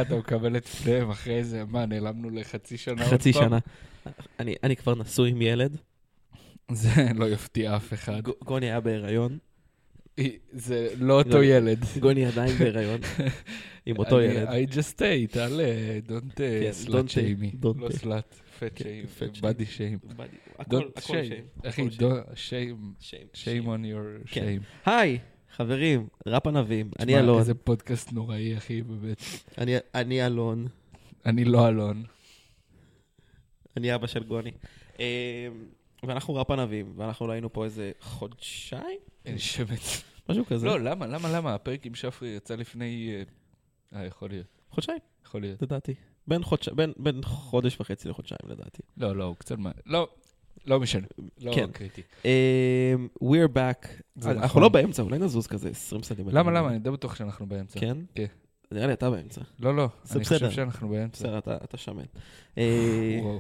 אתה מקבל את פניהם אחרי זה, מה, נעלמנו לחצי שנה עוד פעם? חצי שנה. אני כבר נשוי עם ילד. זה לא יפתיע אף אחד. גוני היה בהיריון. זה לא אותו ילד. גוני עדיין בהיריון. עם אותו ילד. I just say, תעלה, don't slut shame me. לא slut, fat shame, body shame. הכל shame. אחי, shame on your shame. היי, חברים, ראפ ענבים. אני אלון. איזה פודקאסט נוראי, אחי, באמת. אני אלון. אני לא אלון. אני אבא של גוני. ואנחנו ראפ ענבים, ואנחנו לא היינו פה איזה חודשיים? אין שמץ. משהו כזה. לא, למה? הפרק עם שפרי יצא לפני... יכול להיות. חודשיים? יכול להיות. לדעתי. בין חודש וחצי לחודשיים, לדעתי. לא, הוא קצת מה... לא משנה. לא קריטי. We're back. אנחנו לא באמצע, אולי נזוז כזה 20 סנטימטר. למה? אני די בטוח שאנחנו באמצע. כן? כן. נראה לי, אתה באמצע. לא. אני חושב שאנחנו באמצע. בסדר, אתה שמן. וואו.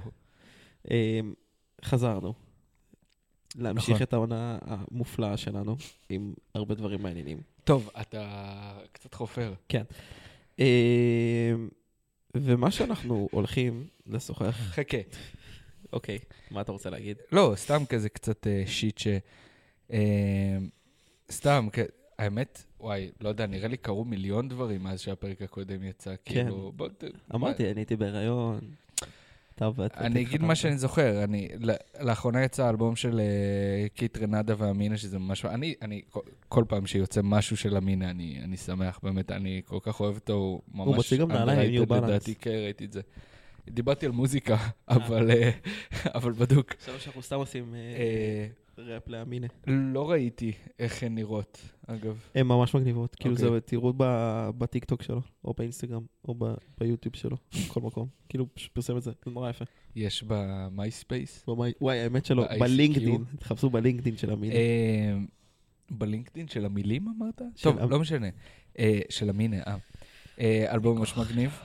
חזרנו. להמשיך את העונה המופלאה שלנו, עם הרבה דברים מעניינים. טוב, אתה קצת חופר. כן. ומה שאנחנו הולכים לשוחח... חכה. אוקיי, מה אתה רוצה להגיד? לא, סתם כזה קצת שיט סתם, האמת, וואי, לא יודע, נראה לי קרו מיליון דברים מאז שהפרק הקודם יצא. כן. אמרתי, אני הייתי בהיריון. אני אגיד מה שאני זוכר, לאחרונה יצא אלבום של קיט רנדה ואמינה, שזה משהו, אני כל פעם שיוצא משהו של אמינה, אני שמח, באמת, אני כל כך אוהב אותו, הוא ממש... הוא מוציא גם נעליים, ניו בלנס. לדעתי, כן, ראיתי את זה. דיברתי על מוזיקה, אבל בדוק. עכשיו שאנחנו סתם עושים ראפ לאמינה. לא ראיתי איך הן נראות, אגב. הן ממש מגניבות, כאילו זה תראו בטיקטוק שלו, או באינסטגרם, או ביוטיוב שלו, בכל מקום. כאילו פרסם את זה, זה נורא יפה. יש במייספייס? וואי, האמת שלו, בלינקדין, תחפשו בלינקדין של אמינה. בלינקדין של המילים אמרת? טוב, לא משנה. של אמינה, אלבום ממש מגניב.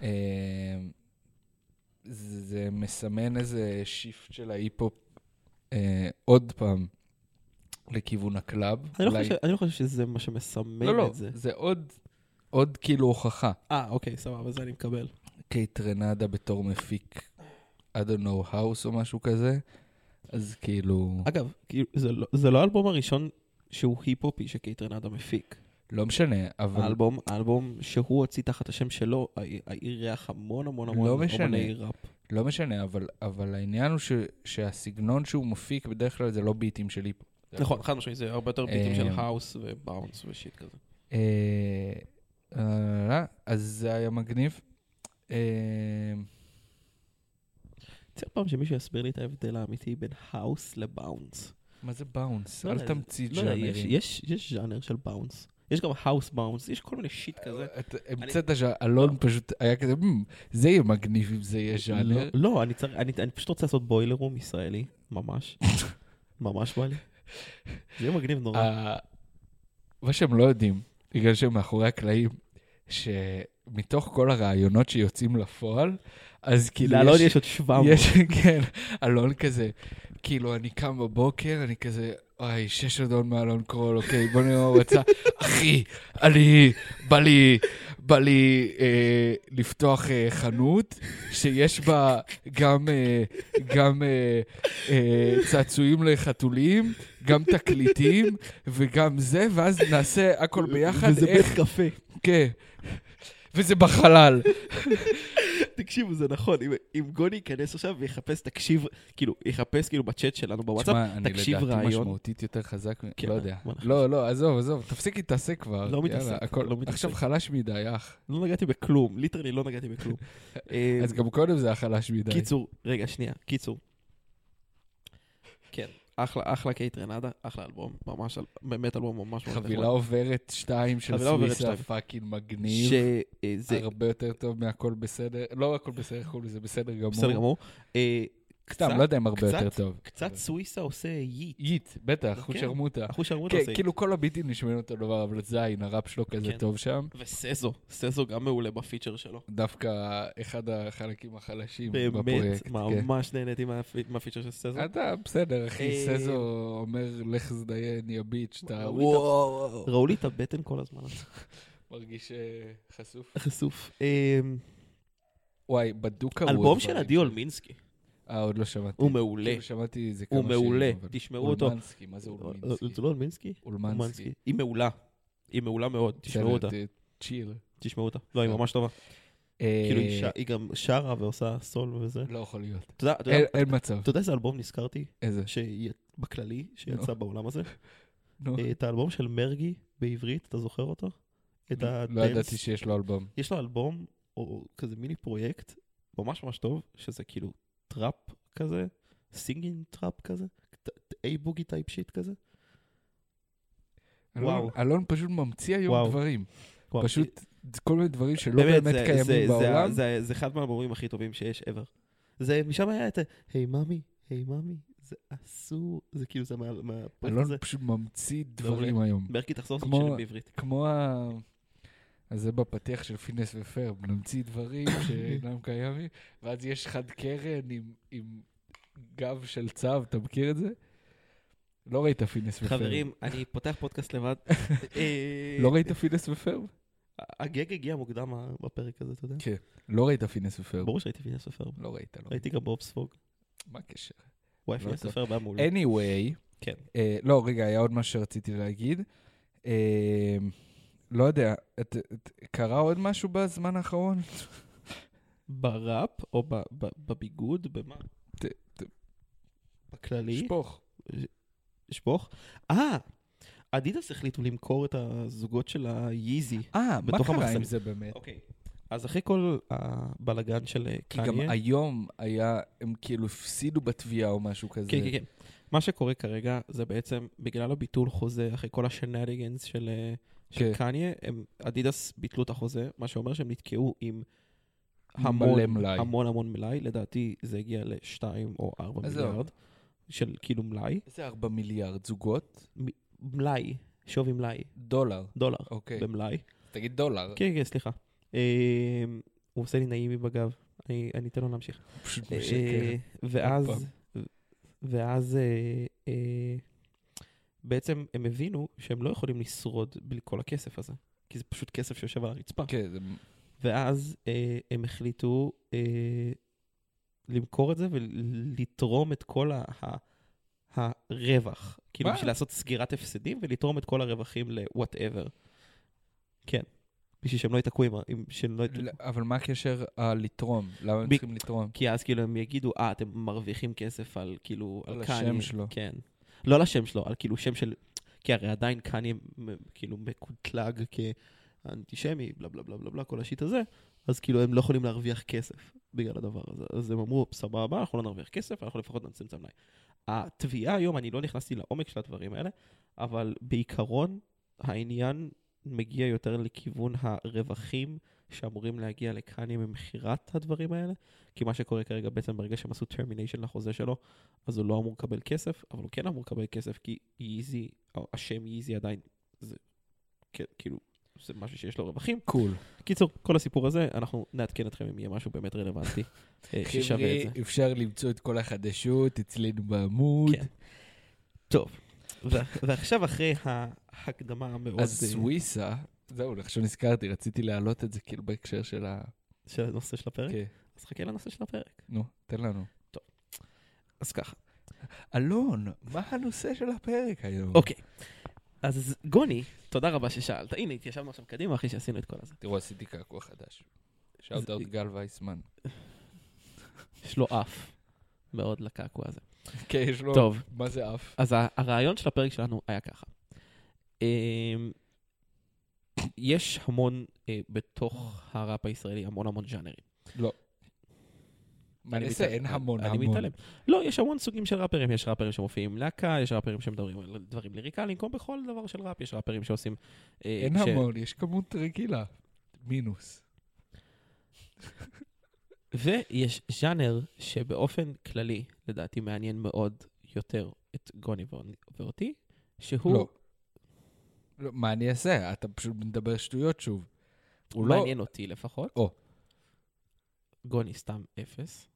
זה מסמן איזה שיפט של ההיפ-הופ עוד פעם לכיוון הקלאב. אני לא חושב שזה מה שמסמן את זה. זה עוד כאילו הוכחה. אוקיי, סבבה, זה אני מקבל. קייט רנדה בתור מפיק, I don't know house או משהו כזה, אז כאילו... אגב, זה לא האלבום הראשון שהוא היפ-הופי שקייט רנדה מפיק. לא משנה, אבל... האלבום שהוא הוציא תחת השם שלו, אירח המון אומני ראפ. לא משנה, אבל העניין הוא שהסגנון שהוא מפיק בדרך כלל זה לא ביטים של היפ. נכון, חד משמעית, זה הרבה יותר ביטים של האוס ובאונס ושיט כזה. אז זה היה מגניב. צריך פעם שמישהו יסביר לי את ההבדל האמיתי בין האוס לבאונס. מה זה באונס? אל תמציא ז'אנרים. יש ז'אנר של באונס. יש גם האוס באונס, יש כל מיני שיט כזה. המצאת שאלון פשוט היה כזה, זה יהיה מגניב אם זה יהיה ז'אנר. לא, אני פשוט רוצה לעשות בוילר רום ישראלי, ממש. ממש בא לי. זה יהיה מגניב נורא. מה שהם לא יודעים, בגלל שהם מאחורי הקלעים, שמתוך כל הרעיונות שיוצאים לפועל, אז כאילו לאלון יש עוד 700. כן, אלון כזה, כאילו אני קם בבוקר, אני כזה... אוי, 6 אדון מאלון קרול, אוקיי, בוא נראה מה רצה. אחי, בא לי לפתוח חנות, שיש בה גם צעצועים לחתולים, גם תקליטים, וגם זה, ואז נעשה הכל ביחד. וזה בית קפה. כן, וזה בחלל. תקשיבו, זה נכון, אם גוני ייכנס עכשיו ויחפש תקשיב, כאילו, יחפש כאילו בצ'אט שלנו בוואטסאפ, תקשיב רעיון. תשמע, אני לדעתי משמעותית יותר חזק, לא יודע. לא, עזוב, תפסיק להתעסק כבר. לא מתעסק. עכשיו חלש מדי, אח. לא נגעתי בכלום, ליטרלי לא נגעתי בכלום. אז גם קודם זה היה חלש מדי. קיצור, רגע, שנייה, קיצור. כן, אחלה קייט רנדה, אחלה אלבום, ממש, באמת אלבום ממש ממש. חבילה עוברת 2 של סוויסה, פאקינג מגניב. הרבה יותר טוב מהכל בסדר. לא הכל בסדר, זה בסדר גמור. בסדר גמור. סתם, לא יודע אם הרבה יותר טוב. קצת סוויסה עושה ייט. ייט, בטח, אחוז שרמוטה. אחוז שרמוטה עושה ייט. כאילו כל הביטים נשמעים אותו דבר, אבל זין, הראפ שלו כזה טוב שם. וסזו גם מעולה בפיצ'ר שלו. דווקא אחד החלקים החלשים בפרויקט. באמת, ממש נהניתי מהפיצ'ר של סזו. אתה בסדר, אחי, סזו אומר לך זדיין, יא ביץ', אתה... ראו לי את הבטן כל הזמן. מרגיש חשוף. חשוף. וואי, בדוקה הוא... אלבום של עדי אולמינסקי. עוד לא שמעתי. הוא מעולה. כאילו שמעתי איזה כמה הוא שירים. מעולה, תשמעו אותו. אולמנסקי, מה זה אולמינסקי? זה לא אולמינסקי? אולמנסקי. היא מעולה. היא מעולה מאוד, תשמעו אותה. צ'יל. תשמעו אותה. לא, היא ממש טובה. כאילו היא גם שרה ועושה סול וזה. לא יכול להיות. אין מצב. אתה יודע איזה אלבום נזכרתי? איזה? בכללי, שיצא בעולם הזה? נו. את האלבום של מרגי בעברית, אתה זוכר אותו? לא ידעתי שיש לו אלבום. יש לו אלבום, או כזה מיני פרויקט, ממש ממש טוב, שזה כאילו טראפ כזה, סינגינג טראפ כזה, איי בוגי טייפ שיט כזה. וואו. אלון פשוט ממציא היום דברים. וואו. פשוט כל מיני דברים שלא באמת קיימים בעולם. זה אחד מהאלבומים הכי טובים שיש ever. זה משם היה את היי ממי, היי ממי. זה אסור, זה כאילו זה מהפרויקט הזה. אלון פשוט ממציא דברים היום. מרגי תחזור שירים בעברית. כמו אז זה בפתיח של פינס ופרב, נמציא דברים שאינם קיימים, ואז יש חד קרן עם גב של צו, אתה מכיר את זה? לא ראית פינס ופרב. חברים, אני פותח פודקאסט לבד. לא ראית פינס ופרב? הגג הגיע מוקדם בפרק הזה, אתה יודע? כן, לא ראית פינס ופרב. ברור שראיתי פינס ופרב. לא ראית, לא. ראיתי גם באופספוג. מה הקשר? וואי, פינס ופרב היה מעולה. anyway, כן. לא, רגע, היה עוד מה שרציתי להגיד. לא יודע, קרה עוד משהו בזמן האחרון? בראפ או בביגוד? במה? בכללי? שפוך? אדידס החליטו למכור את הזוגות של היזי. מה קרה עם זה באמת? אוקיי. אז אחרי כל הבלגן של קניה... כי גם היום הם כאילו הפסידו בתביעה או משהו כזה. כן, כן, כן. מה שקורה כרגע זה בעצם בגלל הביטול חוזה, אחרי כל השנריגנס של קניה, אדידס ביטלו את החוזה, מה שאומר שהם נתקעו עם המון מלאי. לדעתי זה הגיע ל2 או 4 מיליארד של כאילו מלאי. איזה 4 מיליארד? זוגות? מלאי, שווי מלאי. דולר. אוקיי. במלאי. תגיד דולר. כן, כן, סליחה. הוא עושה לי נעימי בגב. אני אתן לו להמשיך. פשוט משקר. ואז בעצם הם הבינו שהם לא יכולים לשרוד בלי כל הכסף הזה. כי זה פשוט כסף שיושב על הרצפה. כן. ואז הם החליטו למכור את זה ולתרום את כל הרווח. כאילו בשביל לעשות סגירת הפסדים ולתרום את כל הרווחים ל-whatever. כן. בשביל שהם לא יתקעו עם... אבל מה הקשר לתרום? למה הם צריכים לתרום? כי אז כאילו הם יגידו, אתם מרוויחים כסף על כאילו... על השם שלו. כן. לא על השם שלו, על כאילו שם של... כי הרי עדיין קניה כאילו מקוטלג כאנטישמי, בלה בלה בלה בלה, כל השיט הזה, אז כאילו הם לא יכולים להרוויח כסף בגלל הדבר הזה. אז הם אמרו, סבבה, אנחנו לא נרוויח כסף, אנחנו לפחות נצמצם מלאי. התביעה היום, אני לא נכנסתי לעומק של הדברים האלה, אבל בעיקרון העניין מגיע יותר לכיוון הרווחים שאמורים להגיע לקניה ממחירת הדברים האלה, כי מה שקורה כרגע בעצם ברגע שהם עשו termination לחוזה שלו, אז הוא לא אמור לקבל כסף, אבל הוא כן אמור לקבל כסף, כי ייזי, השם ייזי עדיין, זה כאילו, זה משהו שיש לו רווחים. קול. קיצור, כל הסיפור הזה, אנחנו נעדכן אתכם אם יהיה משהו באמת רלוונטי, ששווה את זה. אפשר למצוא את כל החדשות אצלנו בעמוד. כן. טוב. ועכשיו אחרי ההקדמה המאוד... אז סוויסה, זהו, עכשיו נזכרתי, רציתי להעלות את זה כאילו בהקשר של הנושא של הפרק? כן. אז חכה לנושא של הפרק. נו, תן לנו. טוב. אז ככה. אלון, מה הנושא של הפרק היום? אוקיי. אז גוני, תודה רבה ששאלת. הנה, התיישבנו עכשיו קדימה אחרי שעשינו את כל הזה. תראו, עשיתי קעקוע חדש. שאלת עוד גל וייסמן. יש לו אף מאוד לקעקוע הזה. כן, יש לו... טוב. מה זה אף? אז הרעיון של הפרק שלנו היה ככה. יש המון בתוך הראפ הישראלי, המון ז'אנרים. לא. מה נעשה? אין המון. אני מתעלם. לא, יש המון סוגים של ראפרים. יש ראפרים שמופיעים עם להקה, יש ראפרים שמדברים על דברים ליריקליים, כמו בכל דבר של ראפ, יש ראפרים שעושים... אין המון, יש כמות רגילה. מינוס. ויש ז'אנר שבאופן כללי, לדעתי, מעניין מאוד יותר את גוני ואותי, שהוא... לא, מה אני אעשה? אתה פשוט מדבר שטויות שוב. מעניין אותי לפחות. או. גוני סתם 0.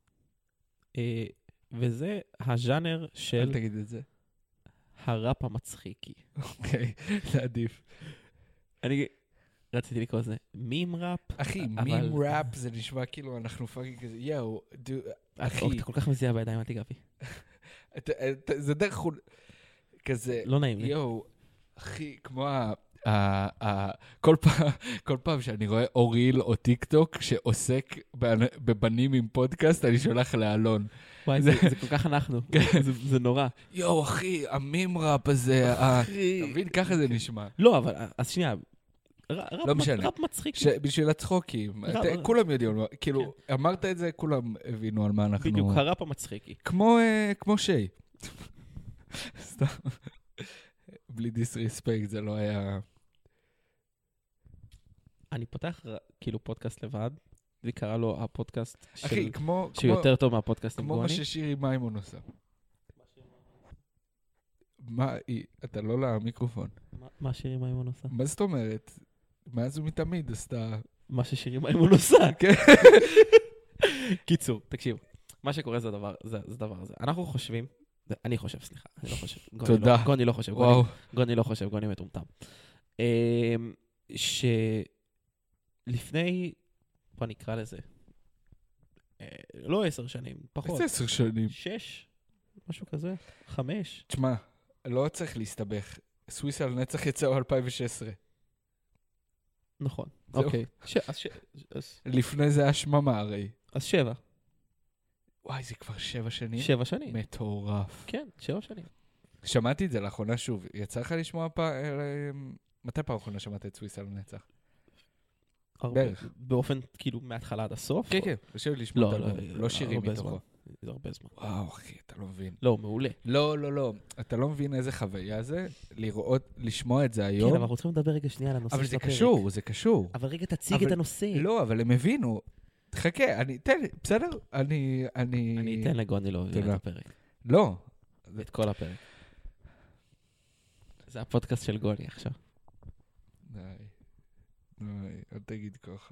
וזה הז'אנר של... אל תגיד את זה. הראפ המצחיקי. אוקיי, זה עדיף. רציתי לקרוא לזה מים ראפ. אחי, מים ראפ זה נשמע כאילו אנחנו פאקינג כזה, יאו, אחי. אתה כל כך מזיע בידיים, אל תיגע בי. זה דרך כזה, לא נעים לי. יאו, אחי, כמו כל פעם שאני רואה או ריל או טיק טוק שעוסק בבנים עם פודקאסט, אני שולח לאלון. וואי, זה כל כך אנחנו. זה נורא. יואו, אחי, המים ראפ הזה, אתה מבין? ככה זה נשמע. לא, אבל, אז שנייה, לא משנה. ראפ מצחיק. בשביל הצחוקים. כולם יודעים, כאילו, אמרת את זה, כולם הבינו על מה אנחנו... בדיוק, הראפ המצחיקי. כמו שי. סתם. בלי דיסריספקט, זה לא היה... אני פותח כאילו פודקאסט לבד, וקרא לו הפודקאסט אחי, כמו... שהוא יותר טוב מהפודקאסט עם גוני. כמו מה ששירי מיימון עושה. מה, אתה לא למיקרופון. מה שירי מיימון עושה? מה זאת אומרת? מאז ומתמיד עשתה... מה ששירי מיימון עושה. כן. קיצור, תקשיב. מה שקורה זה הדבר הזה. אנחנו חושבים, אני חושב, סליחה, אני לא חושב. תודה. גוני לא חושב. וואו. גוני לא חושב, גוני מטומטם. שלפני, בוא נקרא לזה, לא 10 שנים, פחות. איזה 10 שנים? 6, משהו כזה, 5. תשמע, לא צריך להסתבך. סוויסה על נצח יצא ב-2016. נכון, זהו. אוקיי. לפני זה היה שממה הרי. אז 7. וואי, זה כבר 7 שנים? 7 שנים. מטורף. כן, 7 שנים. שמעתי את זה לאחרונה שוב. יצא לך לשמוע מתי פעם אחרונה שמעת את סוויסה על נצח? בערך. באופן, כאילו, מההתחלה עד הסוף? כן, כן. לשבת לשמוע את האלבום. לא שירים מתוכו. זה הרבה זמן. וואו, אחי, אתה לא מבין. לא, מעולה. לא. אתה לא מבין איזה חוויה זה, לשמוע את זה היום. כן, אבל אנחנו צריכים לדבר רגע שנייה על הנושא של הפרק. אבל זה קשור. אבל רגע תציג את הנושא. לא, אבל הם הבינו. חכה, תן לי, בסדר? אני אתן לגוני לא את הפרק. לא. את כל הפרק. זה הפודקאסט של גוני עכשיו. די, אל תגיד ככה.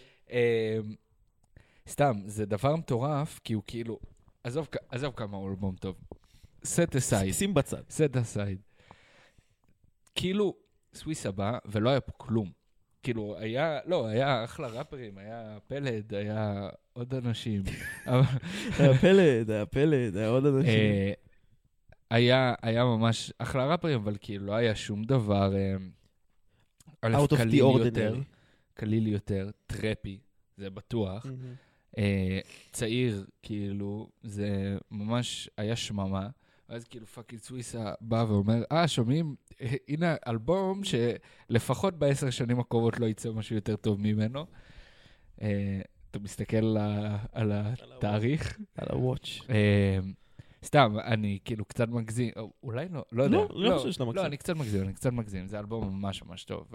סתם, זה דבר מטורף, כי הוא כאילו, עזוב כמה הוא אלבום טוב. set aside. שים בצד. set aside. כאילו, סוויסה בא, ולא היה פה כלום. כאילו, היה אחלה ראפרים, היה פלד, היה עוד אנשים. היה פלד, היה עוד אנשים. היה ממש אחלה ראפרים, אבל כאילו לא היה שום דבר out of the ordinary. קליל יותר, טרפי, זה בטוח. צעיר, כאילו, זה ממש היה שממה. ואז כאילו פאקינג סוויסה בא ואומר, שומעים, הנה אלבום שלפחות ב10 שנים הקרובות לא יצא משהו יותר טוב ממנו. אתה מסתכל על התאריך. על הוואץ'. סתם, אני כאילו קצת מגזים, אולי לא יודע. לא חושב שאתה מגזים. לא, אני קצת מגזים, זה אלבום ממש ממש טוב.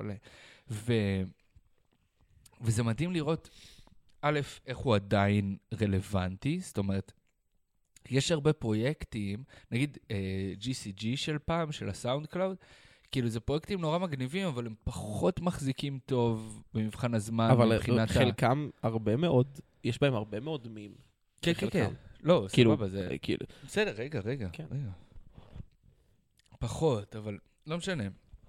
וזה מדהים לראות, א', איך הוא עדיין רלוונטי, זאת אומרת, יש הרבה פרויקטים, נגיד GCG של פעם, של הסאונד קלאוד, כאילו זה פרויקטים נורא מגניבים, אבל הם פחות מחזיקים טוב במבחן הזמן. אבל חלקם הרבה מאוד, יש בהם הרבה מאוד מים. כן, כן, כן. לא, סבבה, זה... בסדר, רגע. פחות, אבל לא משנה.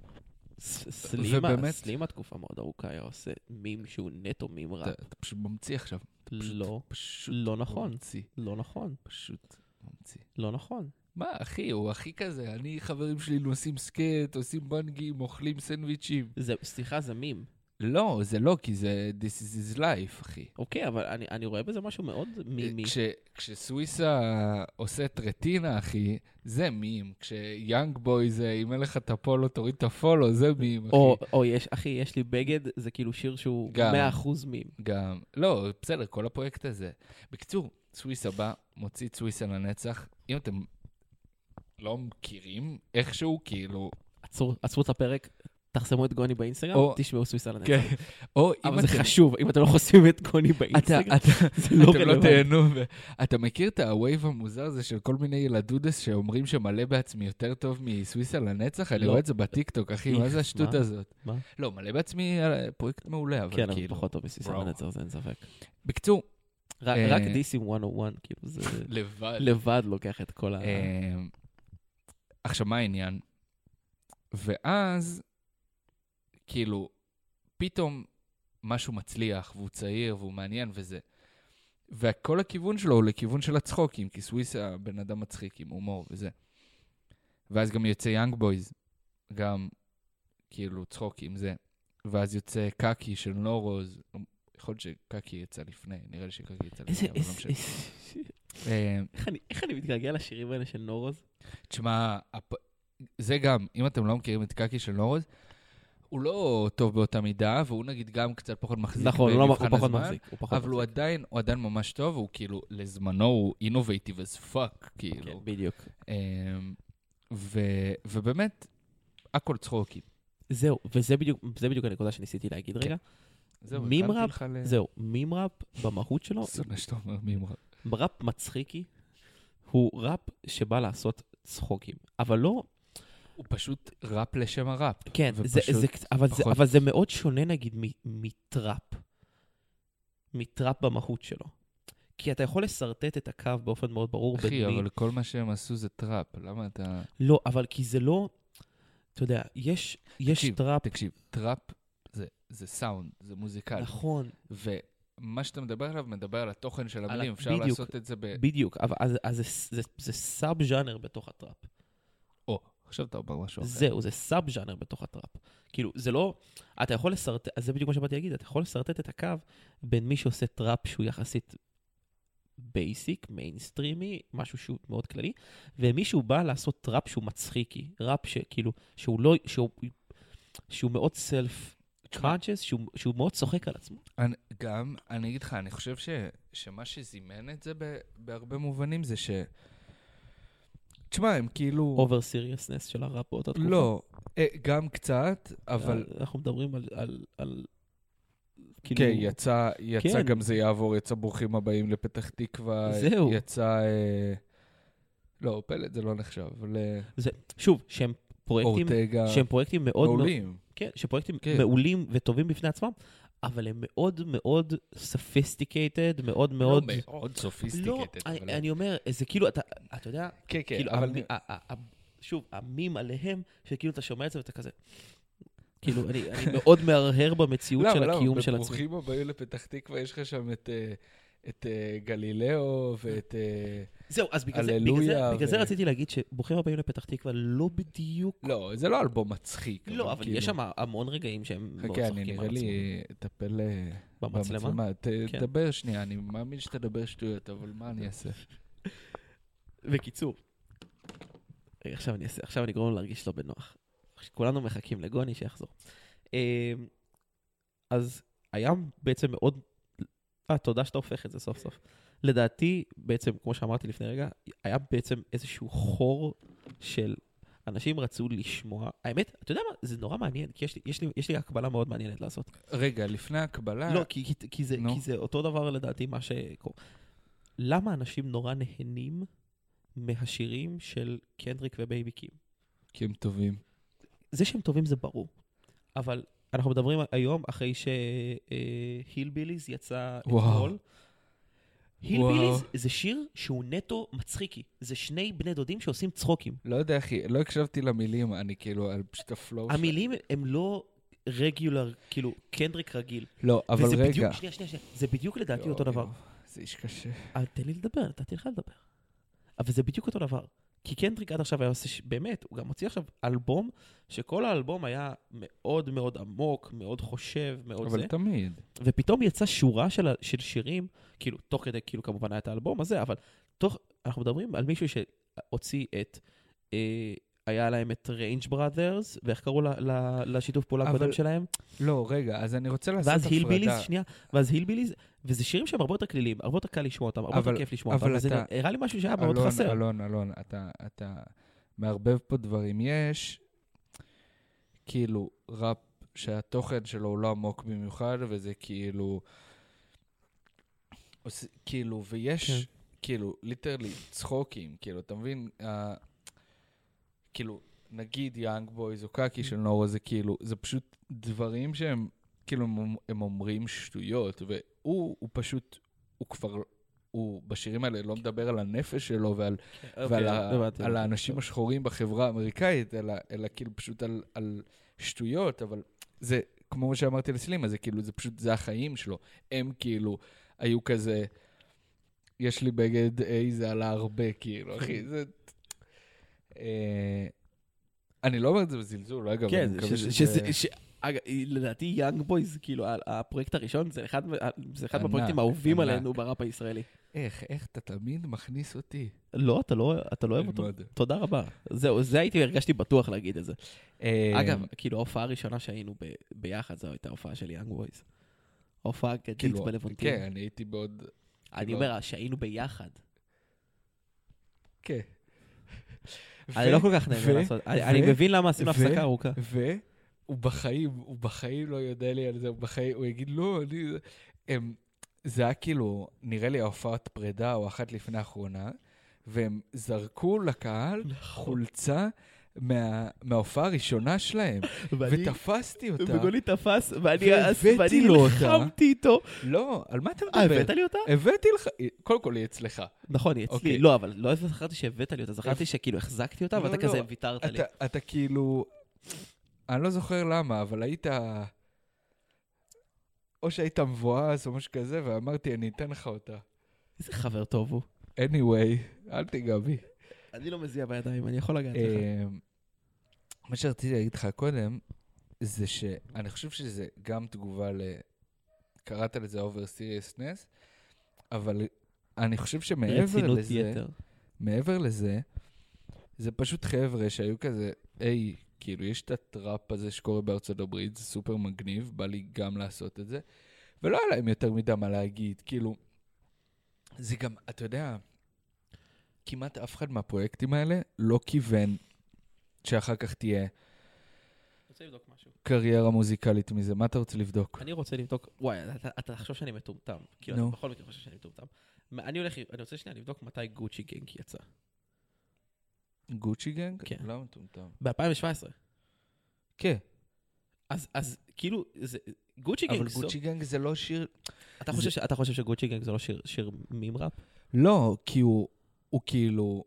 סלימה תקופה מאוד ארוכה היה עושה מים שהוא נטו מים רע. אתה פשוט ממציא עכשיו. לא נכון. לא נכון. פשוט ממציא. לא נכון. מה, אחי, הוא הכי כזה. אני, חברים שלי, נוסעים סקט, עושים בנגים, אוכלים סנדוויצ'ים. סליחה, זה מים. לא, זה לא, כי זה This is life, אחי. אוקיי, אבל אני רואה בזה משהו מאוד מימי. כשסוויסה עושה את רטינה, אחי, זה מים. כשיאנג בוי זה, אם אין לך את הפולו, תוריד את הפולו, זה מים, אחי. או אחי, יש לי בגד, זה כאילו שיר שהוא 100% מים. גם. לא, בסדר, כל הפרויקט הזה. בקיצור, סוויסה בא, מוציא סוויסה לנצח. אם אתם לא מכירים, איכשהו, כאילו... עצרו את הפרק. תחסמו את גוני באינסטגרם, תשמעו סוויסה לנצח. אבל זה חשוב, אם אתם לא חושבים את גוני באינסטגרם, זה לא רלוונטי. אתה מכיר את הווייב המוזר הזה של כל מיני ילדודס שאומרים שמלא בעצמי יותר טוב מסוויסה לנצח? אני רואה את זה בטיקטוק, אחי, מה זה השטות הזאת? מה? לא, מלא בעצמי פרויקט מעולה, אבל כאילו... כן, אבל פחות טוב מסוויסה לנצח, זה אין ספק. בקיצור... רק דיסים 101, כאילו זה... לבד לוקח את כל ה... עכשיו, מה העניין? ואז... כאילו, פתאום משהו מצליח, והוא צעיר, והוא מעניין, וזה. וכל הכיוון שלו הוא לכיוון של הצחוקים, כי סוויס הבן אדם מצחיק עם הומור וזה. ואז גם יוצא יאנג בויז, גם כאילו צחוקים זה. ואז יוצא קאקי של נורוז, יכול להיות שקאקי יצא לפני, נראה לי שקאקי יצא לפני, אבל לא משנה. איך אני מתגעגע לשירים האלה של נורוז? תשמע, זה גם, אם אתם לא מכירים את קאקי של נורוז, הוא לא טוב באותה מידה, והוא נגיד גם קצת פחות מחזיק במבחן הזמן, אבל הוא עדיין ממש טוב, הוא כאילו, לזמנו הוא innovative as fuck, כאילו. כן, בדיוק. ובאמת, הכל צחוקים. זהו, וזה בדיוק הנקודה שניסיתי להגיד רגע. זהו, מימראפ במהות שלו, סונה שאתה אומר מימראפ. ראפ מצחיקי, הוא ראפ שבא לעשות צחוקים, אבל לא... הוא פשוט ראפ לשם הראפ. כן, אבל זה מאוד שונה נגיד מטראפ. מטראפ במהות שלו. כי אתה יכול לסרטט את הקו באופן מאוד ברור. אחי, אבל כל מה שהם עשו זה טראפ. למה אתה... לא, אבל כי זה לא... אתה יודע, יש טראפ... תקשיב, טראפ זה סאונד, זה מוזיקלי. נכון. ומה שאתה מדבר על התוכן של המילים, אפשר לעשות את זה ב... בדיוק, אבל זה סאב-ז'אנר בתוך הטראפ. עכשיו אתה אומר משהו אחר. זהו, זה סאב-ז'אנר בתוך הטראפ. כאילו, זה לא... אתה יכול לסרטט... אז זה בדיוק מה שבאתי להגיד, אתה יכול לסרטט את הקו בין מי שעושה טראפ שהוא יחסית בייסיק, מיינסטרימי, משהו שהוא מאוד כללי, ומי שהוא בא לעשות טראפ שהוא מצחיקי. ראפ שכאילו, שהוא לא... שהוא מאוד self-conscious, שהוא מאוד צוחק על עצמו. גם, אני אגיד לך, אני חושב שמה שזימן את זה בהרבה מובנים זה ש... תשמע, הם כאילו... אובר סיריוסנס של הראפ באותה תקופה? לא, גם קצת, אבל... אנחנו מדברים על כן, יצא גם זה יעבור, יצא ברוכים הבאים לפתח תקווה. זהו. יצא... לא, פלט זה לא נחשב. שוב, שהם פרויקטים מאוד... מעולים. כן, שפרויקטים מעולים וטובים בפני עצמם, אבל הם מאוד מאוד sophisticated, מאוד מאוד... לא מאוד sophisticated. לא, אני אומר, זה כאילו, אתה יודע... כן, כן, אבל... שוב, המים עליהם, שכאילו אתה שומע את זה ואתה כזה... כאילו, אני מאוד מהרהר במציאות של הקיום של עצמי. בברוכים הבאים לפתח תקווה, יש לך שם את גלילאו ואת זהו, אז בגלל זה רציתי להגיד שברוכים הבאים לפתח תקווה לא בדיוק... לא, זה לא אלבום מצחיק. לא, אבל יש שם המון רגעים שהם מאוד צוחקים על עצמם. נראה לי, טפל במצלמה. תדבר שנייה, אני מאמין שתדבר שטויות, אבל מה אני אעשה? בקיצור, עכשיו אני אגרום לו להרגיש לא בנוח. כולנו מחכים לגוני שיחזור. אז היה בעצם מאוד... תודה שאתה הופך את זה סוף סוף. לדעתי, בעצם, כמו שאמרתי לפני רגע, היה בעצם איזשהו חור של אנשים רצו לשמוע. האמת, אתה יודע מה? זה נורא מעניין, כי יש לי הקבלה מאוד מעניינת לעשות. רגע, לפני הקבלה... לא, כי זה אותו דבר לדעתי מה שקורה. למה אנשים נורא נהנים מהשירים של קנדריק ובייבי קים? כי הם טובים. זה שהם טובים זה ברור. אבל אנחנו מדברים היום אחרי שהילביליז יצא אתמול. הילביליז זה שיר שהוא נטו מצחיקי. זה שני בני דודים שעושים צחוקים. לא יודע, אחי, לא הקשבתי למילים, אני כאילו, על פשוט הפלואו. המילים הם לא רגולר, כאילו, קנדריק רגיל. לא, אבל רגע. שנייה. זה בדיוק לדעתי אותו דבר. זה איש קשה. תן לי לדבר, נתתי לך לדבר. אבל זה בדיוק אותו דבר. כי קנדריק עד עכשיו היה עושה, באמת, הוא גם מוציא עכשיו אלבום, שכל האלבום היה מאוד מאוד עמוק, מאוד חושב, מאוד זה. אבל תמיד. ופתאום יצא שורה של שירים, כאילו, תוך כדי, כאילו, כמובן היה את האלבום הזה, אבל אנחנו מדברים על מישהו שהוציא את, היה להם את ריינג' בראדרס, ואיך קראו לשיתוף פעולה הקודם שלהם? לא, רגע, אז אני רוצה לעשות הפרדה. ואז הילביליז, וזה שירים שהם הרבה יותר כלילים, הרבה יותר קל לשמוע אותם, הרבה יותר כיף לשמוע אותם, וזה הראה לי משהו שהיה מאוד חסר. אלון, אתה מערבב פה דברים. יש, כאילו, ראפ שהתוכן שלו הוא לא עמוק במיוחד, וזה כאילו, ויש, כאילו, ליטרלי, צחוקים, כאילו, אתה מבין, כאילו, נגיד יאנג בויז או קאקי של נורו, זה כאילו, זה פשוט דברים שהם, כאילו, הם אומרים שטויות, והוא פשוט, הוא בשירים האלה לא מדבר על הנפש שלו ועל האנשים השחורים בחברה האמריקאית, אלא כאילו פשוט על שטויות, אבל זה כמו שאמרתי לסלים, אז זה כאילו, זה פשוט, זה החיים שלו. הם כאילו, היו כזה, יש לי בגד A, זה עלה הרבה, כאילו, אחי, זה... אני לא אומר את זה בזלזול, אגב, כן, אני מקווה שזה... לדעתי יאנג בויז, כאילו, הפרויקט הראשון, זה אחד מהפרויקטים האהובים עלינו בראפ הישראלי. איך אתה תמיד מכניס אותי? לא, אתה לא אוהב אותו. תודה רבה. זהו, זה הרגשתי בטוח להגיד את זה. אגב, כאילו, ההופעה הראשונה שהיינו ביחד, זו הייתה ההופעה של יאנג בויז. ההופעה הגדית בלוונטין. כן, אני הייתי בעוד... אני אומר, שהיינו ביחד. כן. אני לא כל כך נהנה לעשות. אני מבין למה עשינו הפסקה ארוכה. הוא בחיים לא יודע לי על זה, הוא יגיד, לא, זה היה כאילו, נראה לי ההופעת פרידה או אחת לפני האחרונה, והם זרקו לקהל חולצה מההופעה הראשונה שלהם, ותפסתי אותה. וגולי תפס, ואני לחמתי איתו. לא, על מה אתה מדבר? הבאת לי אותה? הבאתי לך, קודם כל היא אצלך. נכון, היא אצלי. לא, אבל לא זכרתי שהבאת לי אותה, זכרתי שכאילו החזקתי אותה, ואתה כזה ויתרת לי. אתה כאילו, אני לא זוכר למה, אבל היית... או שהיית מבואס או משהו כזה, ואמרתי, אני אתן לך אותה. איזה חבר טוב הוא. anyway, אל תיגע בי. אני לא מזיע בידיים, אני יכול לגעת לך. מה שרציתי להגיד לך קודם, זה שאני חושב שזה גם תגובה קראת לזה over seriousness, אבל אני חושב שמעבר לזה, מעבר לזה, זה פשוט חבר'ה שהיו כזה, היי, כאילו, יש את הטראפ הזה שקורה בארצות הברית, זה סופר מגניב, בא לי גם לעשות את זה, ולא היה להם יותר מדי מה להגיד, כאילו, זה גם, אתה יודע, כמעט אף אחד מהפרויקטים האלה לא כיוון שאחר כך תהיה קריירה מוזיקלית מזה. מה אתה רוצה לבדוק? אני רוצה לבדוק, וואי, אתה חושב שאני מטומטם, כאילו, אתה בכל מקרה חושב שאני מטומטם. אני רוצה שנייה לבדוק מתי גוצ'י גנג יצא. גוצ'י גנג? כן. למה מטומטם? ב-2017. כן. אז כאילו, גוצ'י גנג... אבל גוצ'י גנג זה לא שיר... אתה חושב שגוצ'י גנג זה לא שיר מים ראפ? לא, כי הוא כאילו...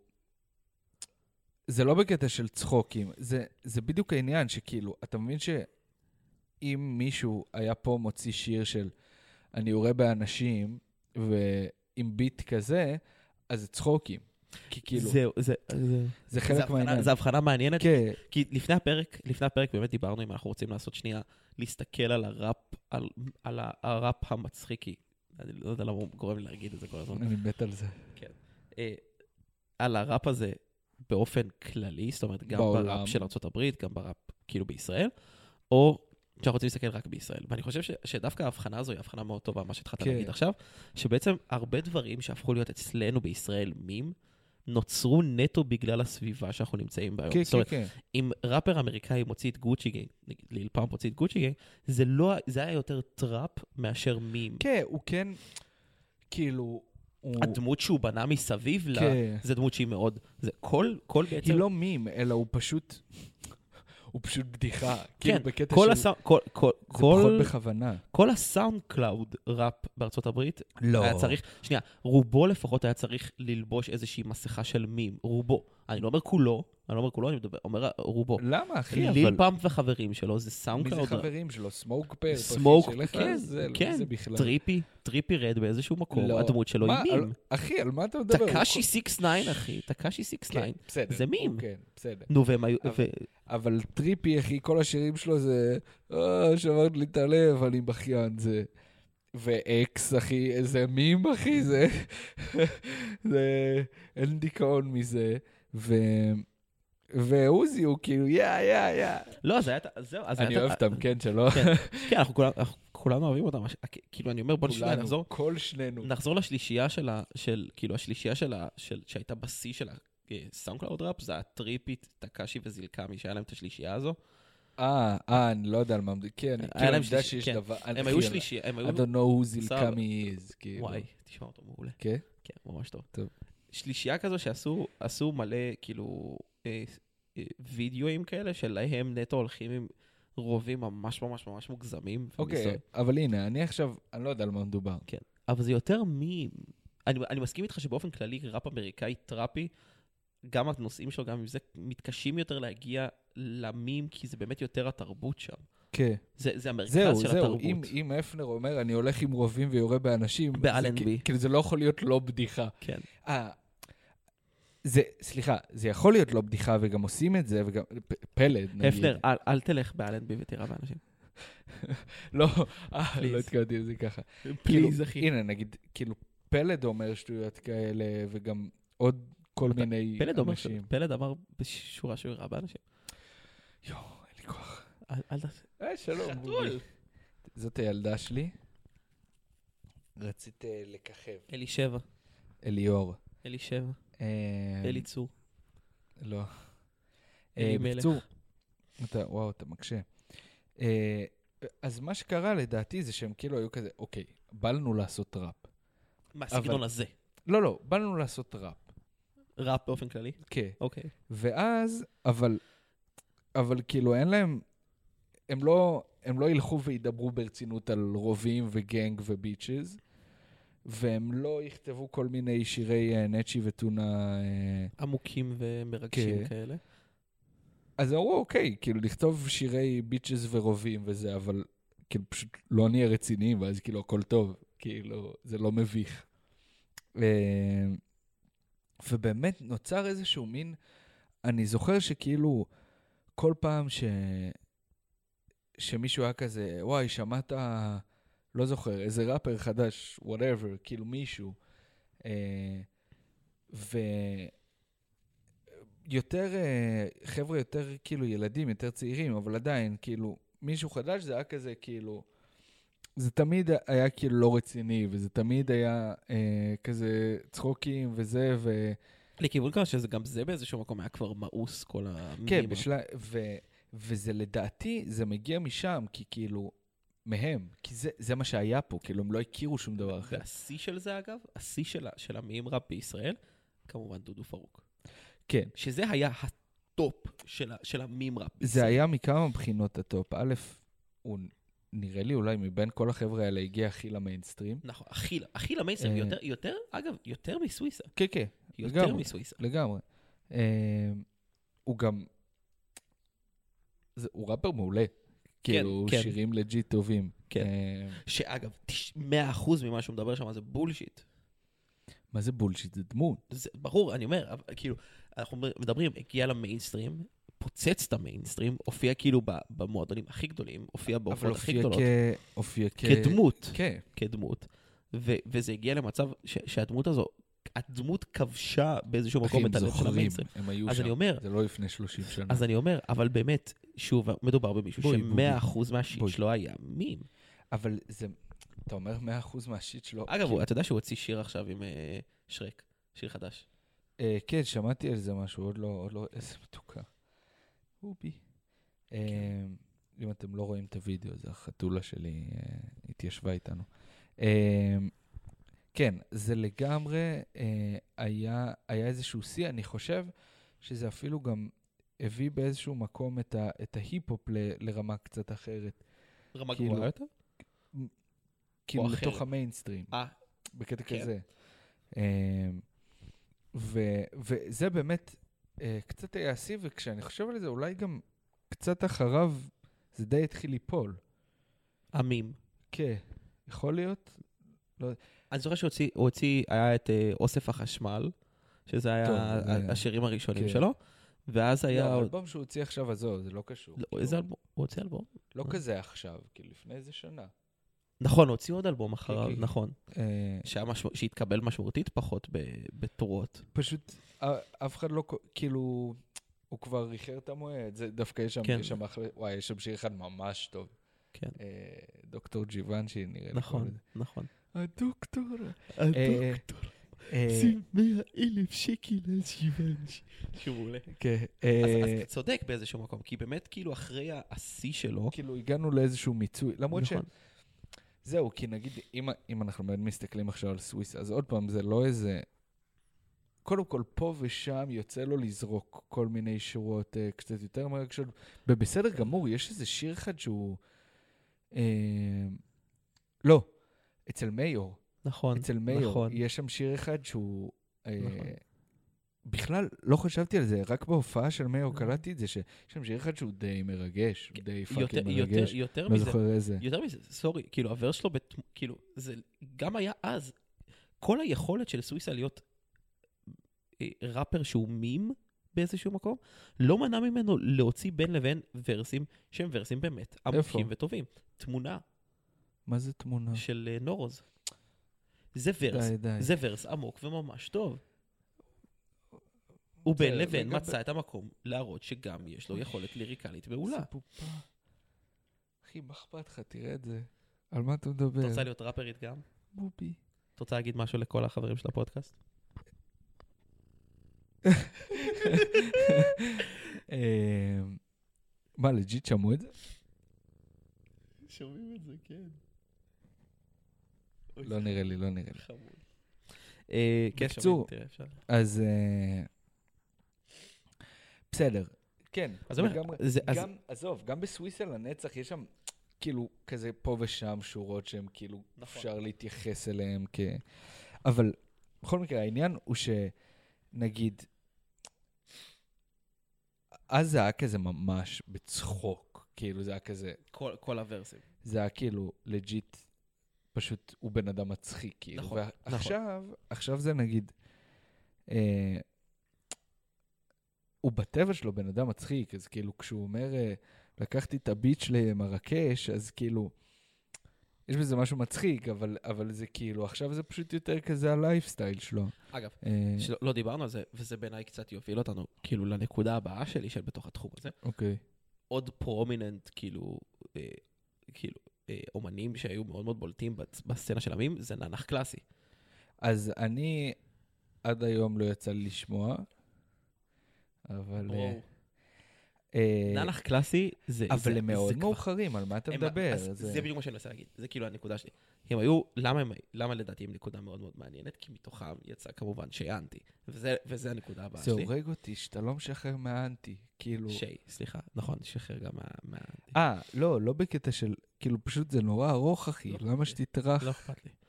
זה לא בקטע של צחוקים. זה בדיוק העניין שכאילו, אתה מבין שאם מישהו היה פה מוציא שיר של אני יורה באנשים, ועם ביט כזה, אז זה צחוקים. כי כאילו... זה חלק מהעניין. זה הבחנה מעניינת. כן. כי לפני הפרק באמת דיברנו אם אנחנו רוצים לעשות שנייה, להסתכל על הראפ, על הראפ המצחיקי. אני לא יודע למה הוא גורם לי להגיד את זה כל הזמן. אני מת על זה. כן. על הראפ הזה באופן כללי, זאת אומרת, גם בראפ של ארצות הברית, גם בראפ כאילו בישראל, או שאנחנו רוצים להסתכל רק בישראל. ואני חושב שדווקא ההבחנה הזו היא הבחנה מאוד טובה, מה שהתחלת להגיד עכשיו, שבעצם הרבה דברים שהפכו להיות אצלנו בישראל מים, נוצרו נטו בגלל הסביבה שאנחנו נמצאים בה היום. זאת אומרת, אם ראפר אמריקאי מוציא את גוצ'י גנג, ליל פאמפ מוציא את גוצ'י גנג, זה היה יותר טראפ מאשר מים. כן, הוא כן, כאילו... הדמות שהוא בנה מסביב לה, זה דמות שהיא מאוד... כל בעצם... היא לא מים, אלא הוא פשוט בדיחה. כן, בקטע של... זה פחות בכוונה. כל הסאונד קלאוד ראפ בארצות הברית, היה צריך, שנייה, רובו לפחות היה צריך ללבוש איזושהי מסכה של מים, רובו. אני לא אומר כולו, אני אומר רובו. למה, אחי? ליל פאמפ וחברים שלו, זה סאונד קלאוד. מי זה חברים שלו? סמוק פר? כן, טריפי רד באיזשהו מקום, הדמות שלו היא מים. אחי, על מה אתה מדבר? תקאשי 6ix9ine, אחי, תקאשי 6ix9ine. זה מים. כן, בסדר. נו, והם היו... אבל טריפי, אחי, כל השירים שלו זה, שברת לי את הלב, אני בכיין, זה... ואקס, אחי, זה מים, אחי, זה... אין דיכאון מזה, ואוזי הוא כאילו, יא. לא, זה היה... אני אוהב אותם, כן, שלא? כן, אנחנו כולנו אוהבים אותם. כאילו, אני אומר, בוא נשמע, נחזור... כל שנינו. נחזור לשלישייה כאילו, השלישייה שהייתה בשיא של הסאונד קלאוד ראפ, זה הטריפית, תקאשי וזילקמי, שהיה להם את השלישייה הזו. אני לא יודע על מה... כן, אני יודע שיש דבר... הם היו שלישייה, הם היו... I don't know who זילקמי is. וואי, תשמע אותו מעולה. כן? כן, ממש טוב. שלישייה כזו שעשו מלא, כאילו, וידאוים כאלה, שלהם נטו הולכים עם רובים ממש ממש ממש מוגזמים. אוקיי, אבל הנה, אני לא יודע על מה מדובר. כן, אבל זה יותר אני מסכים איתך שבאופן כללי, ראפ אמריקאי טראפי, גם הנושאים שלו, גם עם זה, מתקשים יותר להגיע למים, כי זה באמת יותר התרבות שם. כן. זה המרכז של התרבות. זהו, אם אפנר אומר, אני הולך עם רובים ויורה באנשים, באלנבי. כאילו זה לא יכול להיות לא בדיחה. כן. סליחה, זה יכול להיות לא בדיחה, וגם עושים את זה, וגם פלד, נגיד. אפנר, אל תלך באלנבי ותירה באנשים. לא התקעתי לזה ככה. פליז, אחי. הנה, נגיד, כאילו, פלד אומר שטויות כאלה, וגם עוד כל מיני אנשים. פלד אמר בשורה שהוא ירה באנשים. יואו, אין לי כוח. אל תעשה. שלום. חתול. זאת הילדה שלי. רצית לככב. אלישבע. אליאור. אלישבע. אליצור. לא. אלימלך. בקצור. וואו, אתה מקשה. אז מה שקרה לדעתי זה שהם כאילו היו כזה, אוקיי, בא לנו לעשות ראפ. מה, הסגנון הזה? לא, בא לנו לעשות ראפ. ראפ באופן כללי? כן. אוקיי. ואז, אבל כאילו אין להם, הם לא ילכו וידברו ברצינות על רובים וגנג וביצ'ז, והם לא יכתבו כל מיני שירי נצ'י וטונה עמוקים ומרגשים כאלה. אז אמרו, אוקיי, כאילו לכתוב שירי ביצ'ז ורובים וזה, אבל כאילו פשוט לא נהיה רציניים, ואז כאילו הכל טוב, כאילו זה לא מביך. ובאמת נוצר איזשהו מין, אני זוכר שכאילו כל פעם שמישהו היה כזה, וואי, שמעת, לא זוכר, איזה ראפר חדש, whatever, כאילו מישהו, ויותר, חבר'ה יותר כאילו ילדים, יותר צעירים, אבל עדיין, כאילו, מישהו חדש זה היה כזה כאילו, זה תמיד היה כאילו לא רציני, וזה תמיד היה כזה צחוקים וזה, לכיוון כמה שזה גם זה באיזשהו מקום היה כבר מאוס כל המילים. כן, וזה לדעתי, זה מגיע משם, כי כאילו, מהם, כי זה מה שהיה פה, כאילו הם לא הכירו שום דבר אחר. והשיא של זה אגב, השיא של המים ראפ בישראל, כמובן דודו פרוק. כן. שזה היה הטופ של המים ראפ. זה היה מכמה בחינות הטופ. א', הוא נראה לי אולי מבין כל החבר'ה האלה הגיע הכי למיינסטרים. נכון, הכי למיינסטרים, יותר, אגב, יותר מסוויסה. כן, יותר מסוויסה. לגמרי. הוא גם, הוא ראפר מעולה. כאילו שירים לג'יט טובים. כן. שאגב, 100% ממה שהוא מדבר שם זה בולשיט. מה זה בולשיט? זה דמות. זה ברור, אני אומר, כאילו, אנחנו מדברים, הגיע למיינסטרים, פוצץ את המיינסטרים, הופיע כאילו במועדונים הכי גדולים, הופיע בהופעות הכי גדולות. הופיע כדמות. כן. כדמות. וזה הגיע למצב שהדמות הזו, הדמות כבשה באיזשהו מקום את הלב של המיינסטרים. הם היו שם, זה לא לפני 30 שנה. אז אני אומר, אבל באמת, שוב, מדובר במישהו ש100% מהשיט שלו היה מים. אבל זה, אתה אומר 100% מהשיט שלו. אגב, אתה יודע שהוא הוציא שיר עכשיו עם שרק, שיר חדש. כן, שמעתי על זה משהו, עוד לא, איזה מתוקה. רובי. אם אתם לא רואים את הוידאו, זה החתולה שלי התיישבה איתנו. כן, זה לגמרי היה איזשהו שיא, אני חושב שזה אפילו גם הביא באיזשהו מקום את ההיפ-הופ לרמה קצת אחרת. רמה גבוהה יותר? כאילו לתוך המיינסטרים. בקטע כזה. וזה באמת קצת היה שיא, וכשאני חושב על זה, אולי גם קצת אחריו זה די התחיל ליפול. עמים. כן, יכול להיות. אני זוכר שהוא הוציא, היה את אוסף החשמל, שזה היה השירים הראשונים שלו, ואז היה... לא, האלבום שהוא הוציא עכשיו הזו, זה לא קשור. איזה אלבום? הוא הוציא אלבום? לא כזה עכשיו, כאילו לפני איזה שנה. נכון, הוציא עוד אלבום אחריו, נכון. שהתקבל משמעותית פחות בתורות. פשוט אף אחד לא, כאילו, הוא כבר איחר את המועד, זה דווקא יש שם אחלה, וואי, יש שם שיר אחד ממש טוב. כן. דוקטור ג'יוונשי נראה לי. נכון. הדוקטור. שים 100,000 שקל על ג'יוונשי. שהוא מעולה. כן. אז אתה צודק באיזשהו מקום, כי באמת כאילו אחרי השיא שלו... כאילו הגענו לאיזשהו מיצוי, למרות ש... זהו, כי נגיד, אם אנחנו באמת מסתכלים עכשיו על סוויס, אז עוד פעם, זה לא איזה... קודם כל, פה ושם יוצא לו לזרוק כל מיני שורות קצת יותר מרגשות. ובסדר גמור, יש איזה שיר אחד שהוא... לא, אצל מיור. נכון, אצל מיור. יש שם שיר אחד שהוא... בכלל לא חשבתי על זה, רק בהופעה של מאיו קלטתי את זה, שיש שם שיר אחד שהוא די מרגש, די פאקינג מרגש. לא זוכר איזה. יותר מזה, סורי, כאילו, הוורס שלו, כאילו, זה גם היה אז, כל היכולת של סוויסה להיות ראפר שהוא מים באיזשהו מקום, לא מנע ממנו להוציא בין לבין ורסים, שהם ורסים באמת עמוקים וטובים. תמונה. מה זה תמונה? של נורוז. זה ורס. זה ורס עמוק וממש טוב. הוא בין לבין מצא את המקום להראות שגם יש לו יכולת ליריקלית מעולה. אחי, מה אכפת לך? תראה את זה. על מה אתה מדבר? אתה רוצה להיות ראפרית גם? בובי. אתה רוצה להגיד משהו לכל החברים של הפודקאסט? מה, לג'יט שמעו את זה? שומעים את זה, כן. לא נראה לי. חמוד. בקצור, אז בסדר. כן. עזוב, גם בסוויסה לנצח יש שם כאילו כזה פה ושם שורות שהן כאילו אפשר להתייחס אליהן אבל בכל מקרה העניין הוא שנגיד אז זה היה כזה ממש בצחוק, כאילו זה היה כזה כל הוורסים. זה היה כאילו לג'יט פשוט הוא בן אדם מצחיק, כאילו. נכון, עכשיו זה נגיד, הוא בטבע שלו בן אדם מצחיק, אז כאילו כשהוא אומר, לקחתי את הביץ' למרקש, אז כאילו, יש בזה משהו מצחיק, אבל זה כאילו, עכשיו זה פשוט יותר כזה הלייפסטייל שלו. אגב, לא דיברנו על זה, וזה בעיניי קצת יוביל אותנו, כאילו, לנקודה הבאה שלי של בתוך התחום הזה. אוקיי. עוד פרומיננט, כאילו, אומנים שהיו מאוד מאוד בולטים בסצנה של המים, זה ננח קלאסי. אז אני עד היום לא יצא לי לשמוע, אבל ננח קלאסי זה... אבל הם מאוד מאוחרים, על מה אתה מדבר? זה בדיוק מה שאני מנסה להגיד, זה כאילו הנקודה שלי. הם היו, למה לדעתי הם נקודה מאוד מאוד מעניינת? כי מתוכם יצא כמובן שיאנטי, וזה הנקודה הבאה זה שלי. הורג אותי, שאתה לא משחרר מהאנטי, כאילו... סליחה, נכון, שחרר גם מהאנטי. לא בקטע של, כאילו פשוט זה נורא ארוך, אחי, למה שתתרח? לא אכפת לי.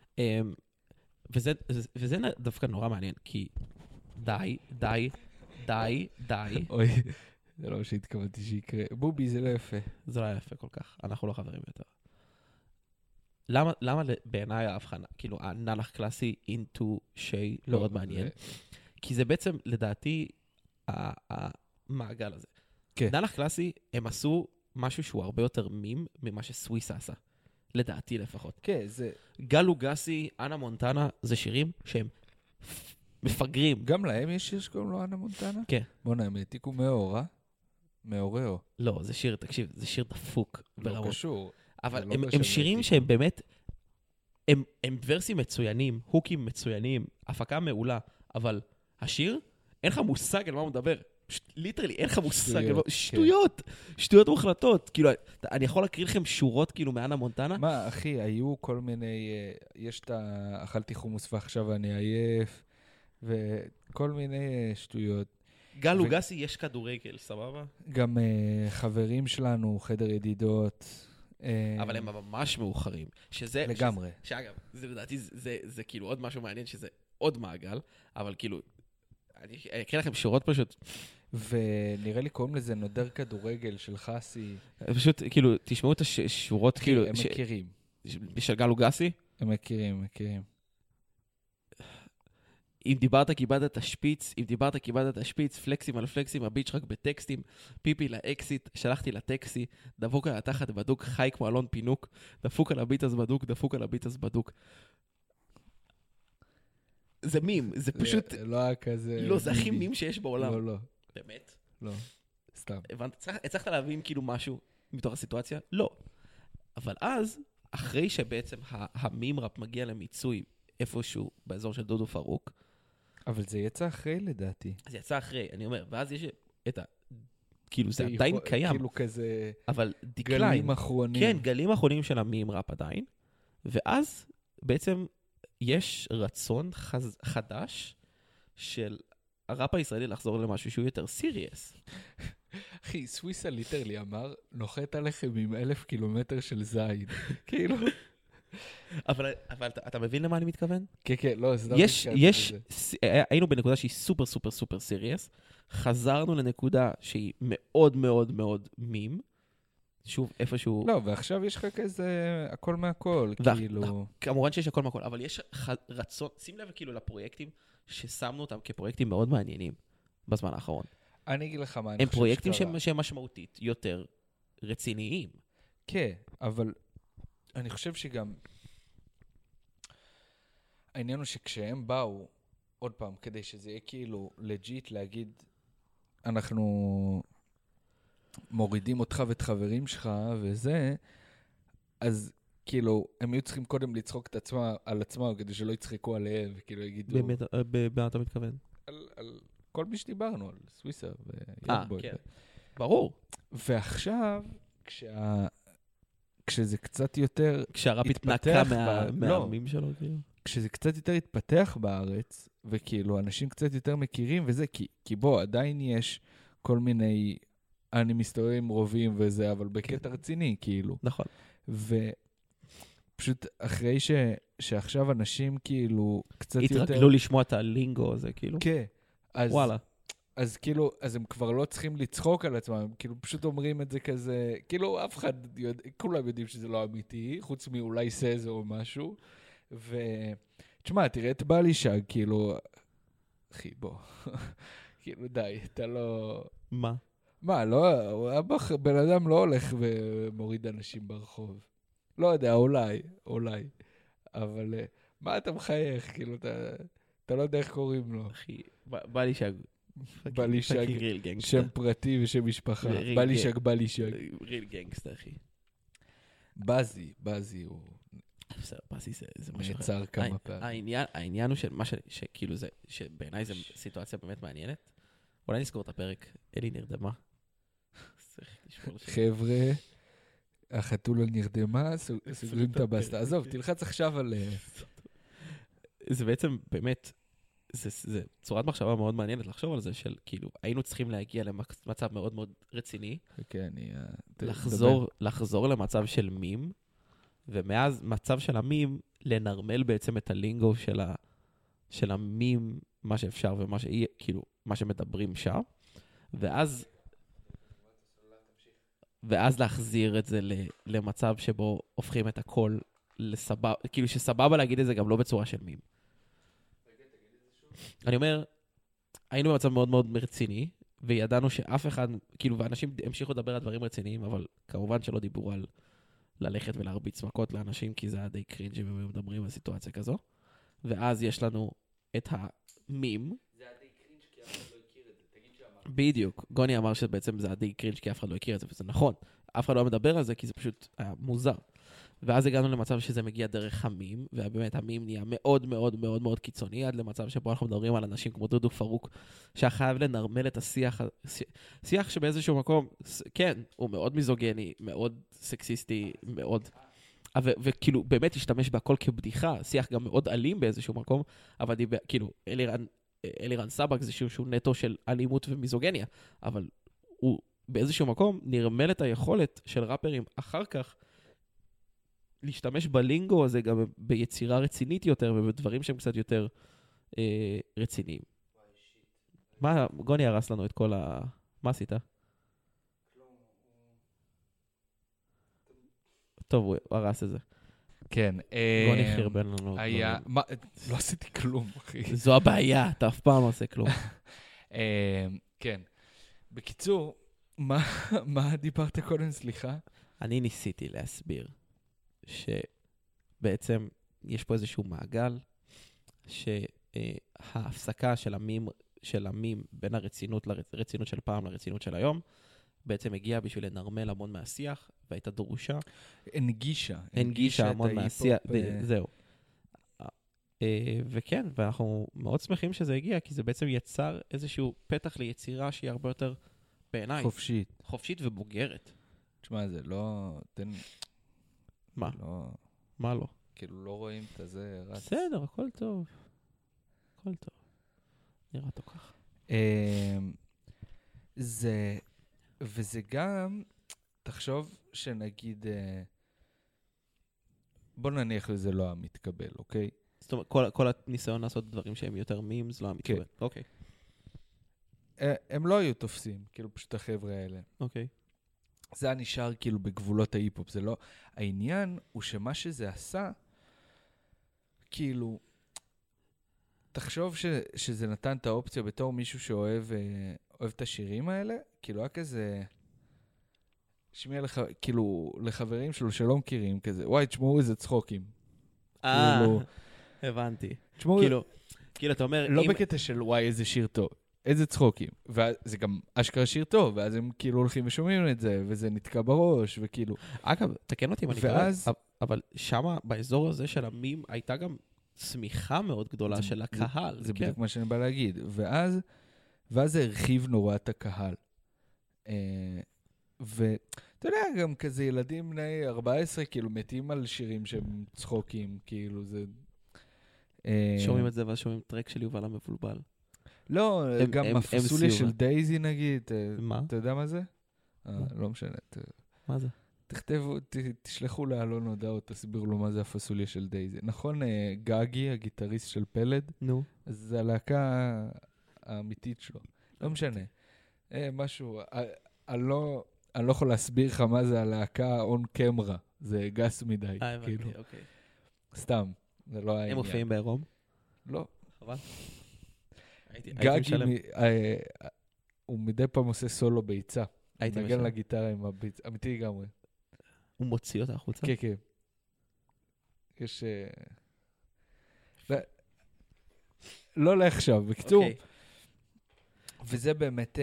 וזה דווקא נורא מעניין, כי די. אוי, זה לא שהתכוונתי שיקרה. בובי, זה לא יפה. זה לא יפה כל כך, אנחנו לא חברים יותר. למה בעיניי ההבחנה, כאילו, הננח קלאסי into שי מאוד מעניין? כי זה בעצם, לדעתי, המעגל הזה. ננח קלאסי, הם עשו משהו שהוא הרבה יותר מים ממה שסוויסה עשה. לדעתי לפחות. כן, זה... גלו גסי, אנה מונטנה, זה שירים שהם מפגרים. גם להם יש שיר שקוראים לו אנה מונטנה? כן. בוא נעים, העתיקו מאורה? מאורהו. לא, זה שיר, תקשיב, זה שיר דפוק. לא קשור. אבל הם שירים שהם באמת, הם ורסים מצוינים, הוקים מצוינים, הפקה מעולה, אבל השיר, אין לך מושג על מה הוא מדבר. ליטרלי, אין לך מושג על מה... שטויות מוחלטות. כאילו, אני יכול להקריא לכם שורות כאילו מאנה מונטנה? מה, אחי, היו כל מיני... יש את אכלתי חומוס ועכשיו אני עייף, וכל מיני שטויות. גל לוגסי יש כדורגל, סבבה? גם חברים שלנו, חדר ידידות. אבל הם ממש מאוחרים. לגמרי. שאגב, זה לדעתי, זה כאילו עוד משהו מעניין, שזה עוד מעגל, אבל כאילו, אני אקריא לכם שורות פשוט. ונראה לי קוראים לזה נודר כדורגל של חסי. פשוט, כאילו, תשמעו את השורות, כאילו... הם מכירים. של גל לוגסי? הם מכירים. אם דיברת קיבלת את השפיץ, פלקסים על פלקסים, הביץ' רק בטקסטים, פיפי לאקסיט, שלחתי לטקסי, דפוק על התחת בדוק, חי כמו אלון פינוק, דפוק על הביט אז בדוק. זה מים, זה פשוט... לא היה כזה... לא, זה הכי מים שיש בעולם. לא. באמת? לא, סתם. הצלחת להבין כאילו משהו מתוך הסיטואציה? לא. אבל אז, אחרי שבעצם המים ראפ מגיע למיצוי איפשהו באזור של דודו פרוק, אבל זה יצא אחרי לדעתי. זה יצא אחרי, אני אומר, ואז יש את ה... כאילו זה עדיין קיים. כאילו כזה... אבל גלים אחרונים. כן, גלים אחרונים של המים ראפ עדיין. ואז בעצם יש רצון חדש של הראפ הישראלי לחזור למשהו שהוא יותר סיריאס. אחי, סוויסה ליטרלי אמר, נוחת עליכם עם 1,000 קילומטר של זין. כאילו... אבל אתה מבין למה אני מתכוון? כן, כן, לא, זה היינו בנקודה שהיא סופר סופר סופר סיריוס, חזרנו לנקודה שהיא מאוד מאוד מאוד מים, שוב, איפשהו... לא, ועכשיו יש לך כזה הכל מהכל, כאילו... כמובן שיש הכל מהכל, אבל יש רצון, שים לב כאילו לפרויקטים ששמנו אותם כפרויקטים מאוד מעניינים בזמן האחרון. אני אגיד לך מה אני חושב שקרה. הם פרויקטים שהם משמעותית יותר רציניים. כן, אבל אני חושב שגם... העניין הוא שכשהם באו, עוד פעם, כדי שזה יהיה כאילו לג'יט להגיד, אנחנו מורידים אותך ואת חברים שלך וזה, אז כאילו, הם היו צריכים קודם לצחוק את עצמם, על עצמם, כדי שלא יצחקו עליהם, וכאילו יגידו... במה אתה מתכוון? על כל מי שדיברנו, על סוויסה ויונגבוי. כן. ברור. ועכשיו, כשזה קצת יותר... כשהראפ התנקה מהמים שלו, כאילו. כשזה קצת יותר התפתח בארץ, וכאילו אנשים קצת יותר מכירים וזה, כי בוא, עדיין יש כל מיני, אני מסתובב עם רובים וזה, אבל בקטע רציני, כאילו. נכון. ופשוט אחרי שעכשיו אנשים כאילו קצת יותר... התרגלו לשמוע את הלינגו הזה, כאילו. כן. וואלה. אז כאילו, אז הם כבר לא צריכים לצחוק על עצמם, הם כאילו פשוט אומרים את זה כזה, כאילו אף אחד, כולם יודעים שזה לא אמיתי, חוץ מאולי סז או משהו. תשמע, תראה את בלישג, כאילו, אחי, בוא, כאילו, די, אתה לא... מה? מה, לא, בן אדם לא הולך ומוריד אנשים ברחוב. לא יודע, אולי, אבל מה אתה מחייך, כאילו, אתה לא יודע איך קוראים לו. אחי, בלישג. בלישג, שם פרטי ושם משפחה. בלישג. ריל גנגסטר, אחי. בזי הוא... פסי זה נעצר כמה פעמים. העניין הוא שכאילו זה, שבעיניי זו סיטואציה באמת מעניינת. אולי נסגור את הפרק, אלי נרדמה. חבר'ה, החתולה נרדמה, סוגרים את הבסטה. עזוב, תלחץ עכשיו על... זה בעצם באמת, זה צורת מחשבה מאוד מעניינת לחשוב על זה, של כאילו, היינו צריכים להגיע למצב מאוד מאוד רציני. כן, לחזור למצב של מים, ומאז מצב של המים, לנרמל בעצם את הלינגו של המים, מה שאפשר ומה שיהיה, כאילו, מה שמדברים שם, ואז להחזיר את זה למצב שבו הופכים את הכל לסבבה, כאילו שסבבה להגיד את זה גם לא בצורה של מים. אני אומר, היינו במצב מאוד מאוד רציני, וידענו שאף אחד, כאילו, ואנשים המשיכו לדבר על דברים רציניים, אבל כמובן שלא דיברו על ללכת ולהרביץ מכות לאנשים, כי זה היה די קרינג' אם הם מדברים על סיטואציה כזו. ואז יש לנו את המים. זה היה די קרינג' כי אף אחד לא הכיר את זה. תגיד שאמרת. בדיוק. גוני אמר שבעצם זה היה די קרינג' כי אף אחד לא הכיר את זה, וזה נכון. אף אחד לא מדבר על זה, כי זה פשוט היה מוזר. ואז הגענו למצב שזה מגיע דרך המים, ובאמת המים נהיה מאוד מאוד מאוד מאוד קיצוני, עד למצב שבו אנחנו מדברים על אנשים כמו דודו פרוק, שחייב לנרמל את השיח, שיח שבאיזשהו מקום, כן, הוא מאוד מיזוגני, מאוד סקסיסטי, מאוד, וכאילו באמת השתמש בהכל כבדיחה, שיח גם מאוד אלים באיזשהו מקום, אבל כאילו, אלירן סבק זה שהוא נטו של אלימות ומיזוגניה, אבל הוא באיזשהו מקום נרמל את היכולת של ראפרים אחר כך, להשתמש בלינגו הזה גם ביצירה רצינית יותר, ובדברים שהם קצת יותר רציניים. מה, גוני הרס לנו את כל ה... מה עשית? טוב, הוא הרס את זה. כן. גוני חרבן לנו. לא עשיתי כלום, אחי. זו הבעיה, אתה אף פעם לא עושה כלום. כן. בקיצור, מה דיברת קודם, סליחה? אני ניסיתי להסביר. שבעצם יש פה איזשהו מעגל, שההפסקה של המים בין לרצינות של פעם לרצינות של היום, בעצם הגיעה בשביל לנרמל המון מהשיח, והייתה דרושה. הנגישה המון מהשיח, זהו. וכן, ואנחנו מאוד שמחים שזה הגיע, כי זה בעצם יצר איזשהו פתח ליצירה שהיא הרבה יותר בעיניי. חופשית ובוגרת. תשמע, זה לא... מה? לא... מה לא? כאילו לא רואים את זה רץ. בסדר, הכל טוב. הכל טוב. נראה טוב כך. וזה גם, תחשוב שנגיד, בוא נניח לזה לא המתקבל, אוקיי? זאת אומרת, כל הניסיון לעשות דברים שהם יותר מימס, לא המתקבל. אוקיי. הם לא היו תופסים, כאילו פשוט החבר'ה האלה. אוקיי. זה היה נשאר כאילו בגבולות ההיפ-הופ, זה לא... העניין הוא שמה שזה עשה, כאילו, תחשוב שזה נתן את האופציה בתור מישהו שאוהב את השירים האלה, כאילו היה כזה... שמיע לך, כאילו, לחברים שלו שלא מכירים כזה, וואי, תשמעו איזה צחוקים. הבנתי. כאילו, אתה אומר... לא בקטע של וואי, איזה שיר טוב. איזה צחוקים. וזה גם אשכרה שיר טוב, ואז הם כאילו הולכים ושומעים את זה, וזה נתקע בראש, וכאילו... אגב, תקן אותי אם אני קורא, אבל שמה, באזור הזה של המים, הייתה גם צמיחה מאוד גדולה של הקהל. זה בדיוק מה שאני בא להגיד. ואז זה הרחיב נורא את הקהל. ואתה יודע, גם כזה ילדים בני 14, כאילו מתים על שירים שהם צחוקים, כאילו זה... שומעים את זה, ואז שומעים טרק של יובל המבולבל. לא, גם הפסוליה של דייזי נגיד. מה? אתה יודע מה זה? לא משנה. מה זה? תכתבו, תשלחו לאלון הודעות, תסבירו לו מה זה הפסוליה של דייזי. נכון, גגי, הגיטריסט של פלד? נו. אז זה הלהקה האמיתית שלו. לא משנה. משהו, אני לא יכול להסביר לך מה זה הלהקה און קמרה. זה גס מדי. הבנתי, אוקיי. סתם, זה לא העניין. הם מופיעים בעירום? לא. חבל. גגי, הוא מדי פעם עושה סולו ביצה. הייתי משלם. נגן לגיטרה עם הביצה, אמיתי לגמרי. הוא מוציא אותה החוצה? כן, כן. יש... לא לעכשיו, בקיצור. וזה באמת...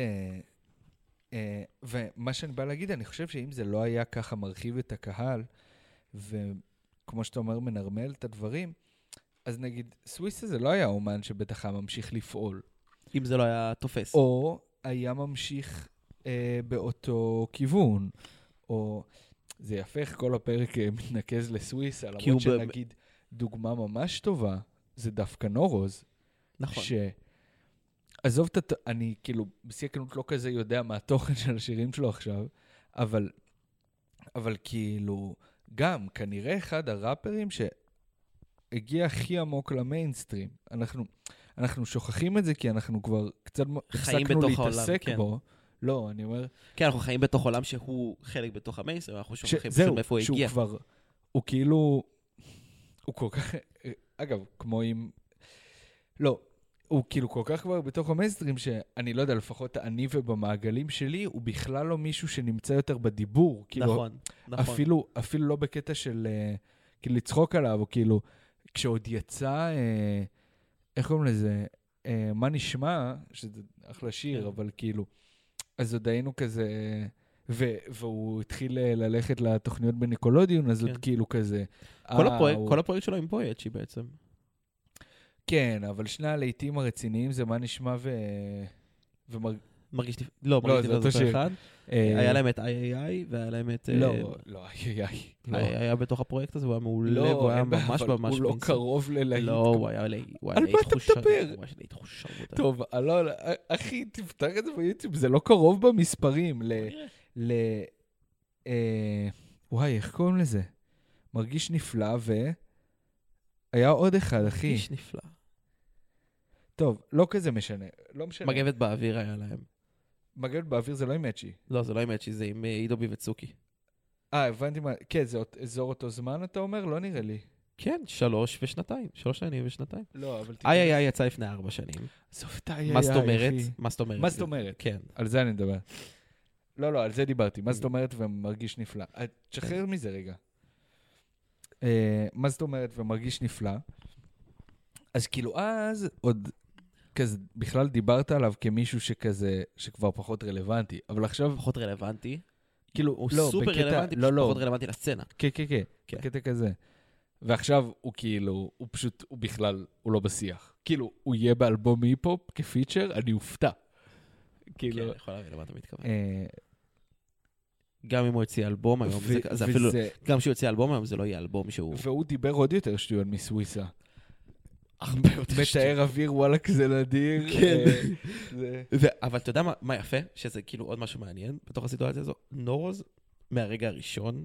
ומה שאני בא להגיד, אני חושב שאם זה לא היה ככה מרחיב את הקהל, וכמו שאתה אומר, מנרמל את הדברים, אז נגיד, סוויסה זה לא היה אומן שבטח היה ממשיך לפעול. אם זה לא היה תופס. או היה ממשיך באותו כיוון. או זה יפה איך כל הפרק מתנקז לסוויסה, למרות שנגיד דוגמה ממש טובה, זה דווקא נורוז. נכון. עזוב, אני כאילו בשיא הכנות לא כזה יודע מה התוכן של השירים שלו עכשיו, אבל כאילו גם כנראה אחד הראפרים שהגיע הכי עמוק למיינסטרים. אנחנו שוכחים את זה כי אנחנו כבר קצת הפסקנו להתעסק בו. לא, אני אומר... כן, אנחנו חיים בתוך עולם שהוא חלק בתוך המיינסטרים, אנחנו שוכחים פשוט מאיפה הוא הגיע. הוא כאילו... הוא כל כך... אגב, כמו עם... לא, הוא כאילו כל כך כבר בתוך המיינסטרים שאני לא יודע, לפחות אני ובמעגלים שלי, הוא בכלל לא מישהו שנמצא יותר בדיבור. נכון, נכון. אפילו לא בקטע של כאילו לצחוק עליו, או כאילו, כשעוד יצא, איך קוראים לזה? מה נשמע? שזה אחלה שיר, אבל כאילו, אז עוד היינו כזה, והוא התחיל ללכת לתוכניות בניקולודיון, אז עוד כאילו כזה. כל הפרויקט שלו עם בויאצ'י בעצם. כן, אבל שני הלעיתים הרציניים זה מה נשמע מרגיש לא, מרגיש זה אותו שיר. אחד. היה להם את איי-איי, והיה להם את... לא, איי-איי. היה בתוך הפרויקט הזה, הוא היה מעולה, והוא היה ממש ממש... הוא לא קרוב ללהיט. לא, הוא היה להיט חושר. הוא היה להיט חושר. טוב, אחי, תפתח את זה ביוטיוב, זה לא קרוב במספרים. וואי, איך קוראים לזה? מרגיש נפלא היה עוד אחד, אחי. מרגיש נפלא. טוב, לא כזה משנה. לא משנה. מגבת באוויר היה להם. מגבת באוויר זה לא עם אצ'י. לא, זה לא עם אצ'י, זה עם אידובי וצוקי. הבנתי מה. כן, זה אזור אותו זמן, אתה אומר? לא נראה לי. כן, 3 ושנתיים. 3 שנים ושנתיים. לא, אבל... איי יצא לפני 4 שנים. סוף את איי מה זאת אומרת? מה זאת אומרת? מה זאת אומרת? כן. על זה אני מדבר. לא, על זה דיברתי. מה זאת אומרת ומרגיש נפלא. תשחרר מזה רגע. מה זאת אומרת ומרגיש נפלא. אז כאילו אז עוד כזה בכלל דיברת עליו כמישהו שכזה, שכבר פחות רלוונטי, אבל עכשיו... פחות רלוונטי? כאילו, הוא סופר רלוונטי, פחות רלוונטי לסצנה. כן, בקטע כזה. ועכשיו הוא כאילו, הוא בכלל, הוא לא בשיח. כאילו, הוא יהיה באלבום היפ-הופ כפיצ'ר, אני אופתע. כאילו... כן, יכול להבין למה אתה מתכוון. גם אם הוא יוציא אלבום היום, זה אפילו, גם שהוא יוציא אלבום היום, זה לא יהיה אלבום שהוא... והוא דיבר עוד יותר שטויות מסוויסה. מתאר אוויר, וואלק זה נדיר. כן. אבל אתה יודע מה יפה? שזה כאילו עוד משהו מעניין בתוך הסיטואציה הזו. נורוז מהרגע הראשון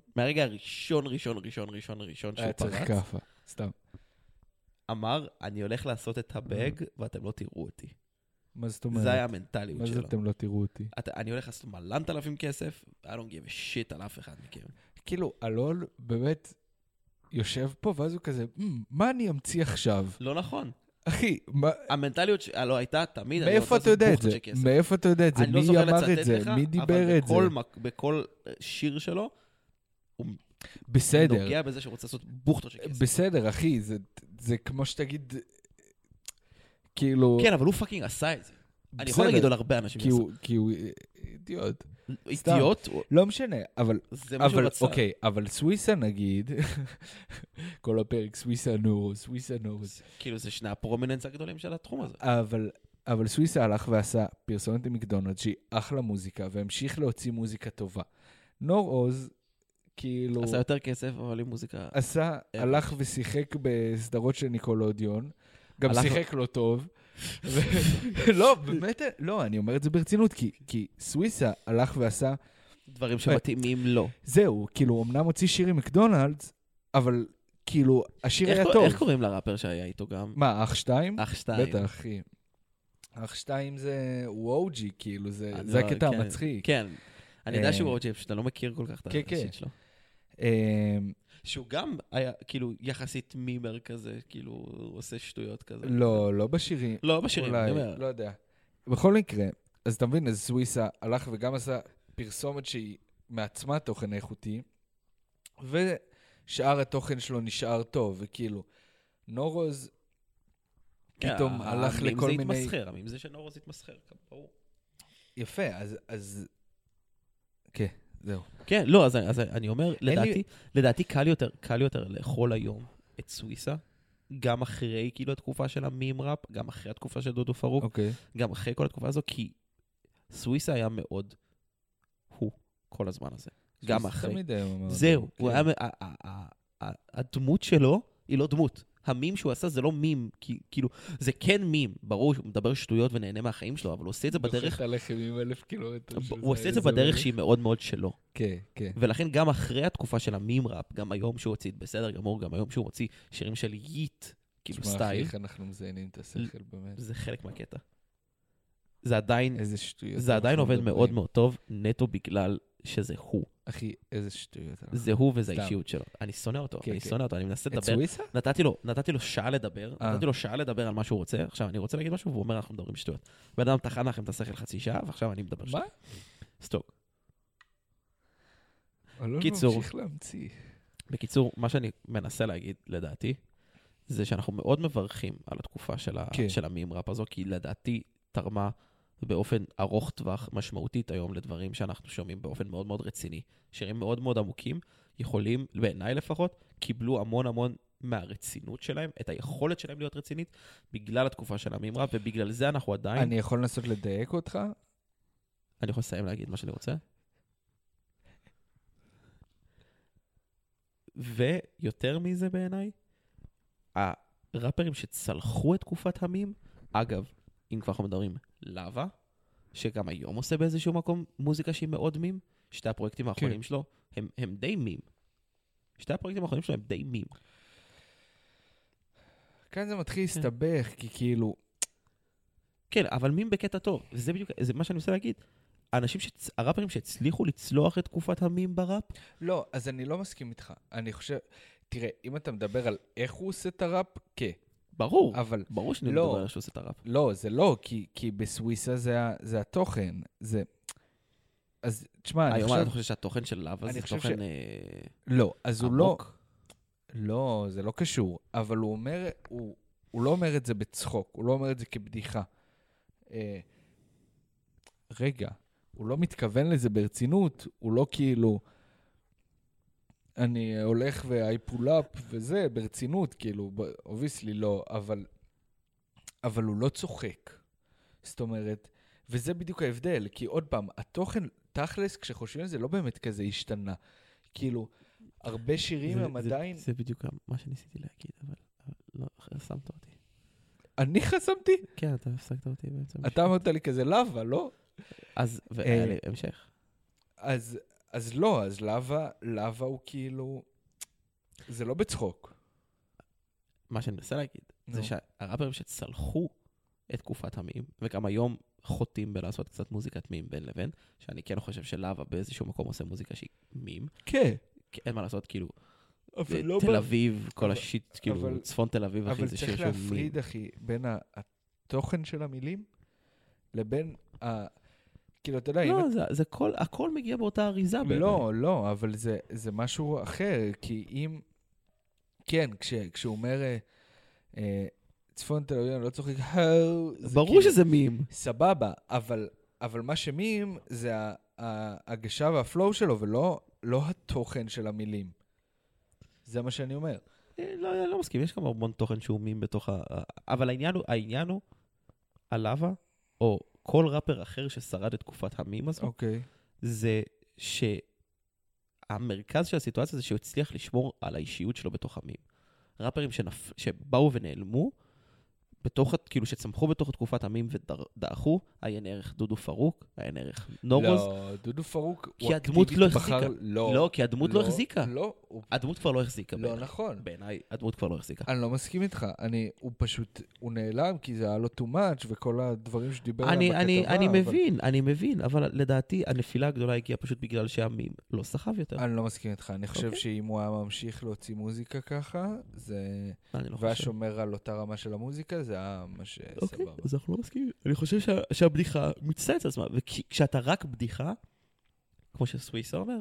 שהוא היה צריך פרץ, כאפה, סתם. אמר, אני הולך לעשות את הבג, ואתם לא תראו אותי. מה זאת אומרת? זה היה המנטליות מה שלו. זה אתם לא תראו אותי? אני הולך לעשות מלנת אלפים כסף, I don't give a shit על אף אחד מכם. כאילו, אלון באמת יושב פה, ואז הוא כזה, מה אני אמציא עכשיו? לא נכון. אחי, מה... המנטליות שלו הייתה תמיד, מאיפה אתה יודע את זה? מאיפה אתה יודע את זה? מי אמר את זה? מי דיבר את זה? בכל שיר שלו, הוא בסדר. נוגע בזה שרוצה לעשות בוכטות של כסף. בסדר, אחי, זה כמו שתגיד, כאילו... כן, אבל הוא פאקינג עשה את זה. אני יכול להגיד על הרבה אנשים שעשו. כי הוא אידיוט. אידיוט? לא משנה, אבל... זה מה שהוא רצה. אוקיי, אבל סוויסה נגיד, כל הפרק, סוויסה נורס. כאילו זה שני הפרומיננס הגדולים של התחום הזה. אבל סוויסה הלך ועשה פרסומת עם מקדונלד, שהיא אחלה מוזיקה, והמשיך להוציא מוזיקה טובה. נור עוז, כאילו... עשה יותר כסף, אבל עם מוזיקה... הלך ושיחק בסדרות של ניקולודיון, גם שיחק לא טוב. לא, באמת, לא, אני אומר את זה ברצינות, כי סוויסה הלך ועשה... דברים שמתאימים לו. זהו, כאילו, אמנם הוציא שיר עם מקדונלדס, אבל כאילו, השיר היה טוב. איך קוראים לראפר שהיה איתו גם? מה, אח 2? אח 2. בטח, אחי. אח 2 זה וואוג'י, כאילו, זה הקטע המצחיק. כן, אני יודע שהוא וואוג'י, שאתה לא מכיר כל כך את השיט שלו. שהוא גם היה, כאילו, יחסית מימר כזה, כאילו, הוא עושה שטויות כזה. לא בשירים. לא בשירים, אני אומר. לא יודע. בכל מקרה, אז אתה מבין, אז סוויסה הלך וגם עשה פרסומת שהיא מעצמה תוכן איכותי, ושאר התוכן שלו נשאר טוב, וכאילו, נורוז פתאום הלך לכל מיני... המים זה התמסחר, המים זה שנורוז התמסחר, ברור. יפה, אז... כן, זהו. כן, לא, אז אני אומר, לדעתי קל יותר לאכול היום את סוויסה, גם אחרי כאילו התקופה של המים ראפ, גם אחרי התקופה של דודו פרוק, גם אחרי כל התקופה הזו, כי סוויסה היה מאוד הוא כל הזמן הזה. גם אחרי. זהו, הדמות שלו היא לא דמות. המים שהוא עשה זה לא מים, כאילו, זה כן מים, ברור, הוא מדבר שטויות ונהנה מהחיים שלו, אבל הוא עושה את זה בדרך... הוא עושה את זה בדרך שהיא מאוד מאוד שלו. כן, כן. ולכן גם אחרי התקופה של המים ראפ, גם היום שהוא הוציא, בסדר גמור, גם היום שהוא הוציא שירים של ייט, כאילו סטייל. שמע, איך אנחנו מזיינים את השכל באמת. זה חלק מהקטע. זה עדיין... איזה שטויות. זה עדיין עובד מאוד מאוד טוב, נטו בגלל שזה הוא. אחי, איזה שטויות. זה הוא וזה האישיות שלו. אני שונא אותו, אני מנסה לדבר. את סוויסה? נתתי לו שעה לדבר על מה שהוא רוצה. עכשיו, אני רוצה להגיד משהו, והוא אומר, אנחנו מדברים שטויות. בן אדם תחנה לכם את השכל חצי שעה, ועכשיו אני מדבר שטויות. מה? סטוק. קיצור. בקיצור, מה שאני מנסה להגיד, לדעתי, זה שאנחנו מאוד מברכים על התקופה של המים ראפ הזו, כי לדעתי תרמה באופן ארוך טווח משמעותית היום לדברים שאנחנו שומעים באופן מאוד מאוד רציני. שירים מאוד מאוד עמוקים, יכולים, בעיניי לפחות, קיבלו המון המון מהרצינות שלהם, את היכולת שלהם להיות רצינית, בגלל התקופה של המים ראפ, ובגלל זה אנחנו עדיין... אני יכול לנסות לדייק אותך? אני יכול לסיים להגיד מה שאני רוצה? ויותר מזה בעיניי, הראפרים שצלחו את תקופת המים, אגב, אם כבר אנחנו מדברים, לבה, שגם היום עושה באיזשהו מקום מוזיקה שהיא מאוד מים, שתי הפרויקטים האחרונים שלו הם די מים. שתי הפרויקטים האחרונים שלו הם די מים. כאן זה מתחיל להסתבך, כי כאילו... כן, אבל מים בקטע טוב. זה בדיוק, זה מה שאני רוצה להגיד. הראפרים שהצליחו לצלוח את תקופת המים בראפ? לא, אז אני לא מסכים איתך. אני חושב... תראה, אם אתה מדבר על איך הוא עושה את הראפ, כן. ברור, אבל ברור שאני מדבר על איך שהוא עושה את הראפ. לא, זה לא, כי בסוויסה זה התוכן. זה... אז, תשמע, אני חושב... היום אתה חושב שהתוכן של לבה זה תוכן... לא, אז הוא לא... לא, זה לא קשור. אבל הוא אומר... הוא לא אומר את זה בצחוק, הוא לא אומר את זה כבדיחה. רגע, הוא לא מתכוון לזה ברצינות, הוא לא כאילו... אני הולך ו-I pull up וזה, ברצינות, כאילו, obviously לא, אבל הוא לא צוחק. זאת אומרת, וזה בדיוק ההבדל, כי עוד פעם, התוכן, תכלס, כשחושבים על זה, לא באמת כזה השתנה. כאילו, הרבה שירים הם עדיין... זה בדיוק מה שניסיתי להגיד, אבל לא, חסמת אותי. אני חסמתי? כן, אתה הפסקת אותי באמצע. אתה אמרת לי כזה לבה, לא? אז, המשך. אז לא, אז לבה הוא כאילו, זה לא בצחוק. מה שאני מנסה להגיד, זה שהראפרים שצלחו את תקופת המים, וגם היום חוטאים בלעשות קצת מוזיקת מים בין לבין, שאני כן חושב שלאבה באיזשהו מקום עושה מוזיקה שהיא מים. כן. אין מה לעשות, כאילו, לא תל אביב, כל השיט, כאילו, צפון תל אביב, אחי, זה שיר של מים. אבל צריך להפריד, אחי, בין התוכן של המילים, לבין כאילו, אתה יודע... לא, זה הכל מגיע באותה אריזה באמת. לא, אבל זה משהו אחר, כי אם... כן, כשהוא אומר... צפון תל אביב, אני לא צוחק, ברור שזה מים. סבבה, אבל מה שמים זה ההגשה והפלואו שלו, ולא התוכן של המילים. זה מה שאני אומר. לא מסכים, יש גם המון תוכן שהוא מים בתוך אבל העניין הוא, הלאבה, או כל ראפר אחר ששרד את תקופת המים הזו, זה שהמרכז של הסיטואציה זה שהוא הצליח לשמור על האישיות שלו בתוך המים. ראפרים שבאו ונעלמו, כאילו שצמחו בתוך תקופת המים ודעכו, עיין ערך דודו פרוק, עיין ערך נורוז. לא, דודו פרוק, כי הדמות לא החזיקה. לא, כי הדמות לא החזיקה. לא. הדמות כבר לא החזיקה. לא נכון. בעיניי, הדמות כבר לא החזיקה. אני לא מסכים איתך. הוא נעלם כי זה היה לו too much, וכל הדברים שדיבר עליהם בכתבה. אני מבין, אבל לדעתי, הנפילה הגדולה הגיעה פשוט בגלל שהמים לא סחב יותר. אני לא מסכים איתך. אני חושב שאם הוא היה ממשיך להוציא מוזיקה ככה, והיה שומר על אותה רמה של המוזיקה, זה היה ממש סבבה. אז אנחנו לא מסכימים. אני חושב שהבדיחה מצטעצת עצמה, וכשאתה רק בדיחה, כמו שסוויסה אומר,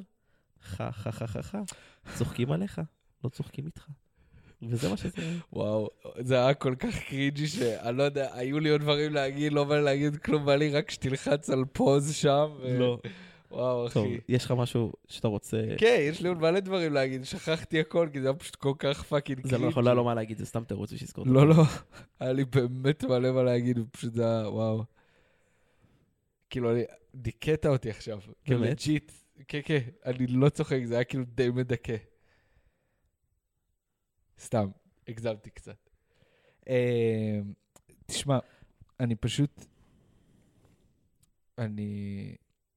צוחקים עליך, לא צוחקים איתך. וזה מה שזה... וואו, זה היה כל כך קריג'י שאני לא יודע, היו לי עוד דברים להגיד, לא בא לי להגיד כלום, בא לי רק שתלחץ על פוז שם. לא. וואו, אחי. טוב, יש לך משהו שאתה רוצה... כן, יש לי עוד מלא דברים להגיד, שכחתי הכל, כי זה היה פשוט כל כך פאקינג קריג'י. זה לא יכול לא מה להגיד, זה סתם תירוץ ושזכור. לא, היה לי באמת מלא מה להגיד, ופשוט זה היה, וואו. כאילו, דיכאת אותי עכשיו. באמת? כן, אני לא צוחק, זה היה כאילו די מדכא. סתם, הגזמתי קצת. תשמע, אני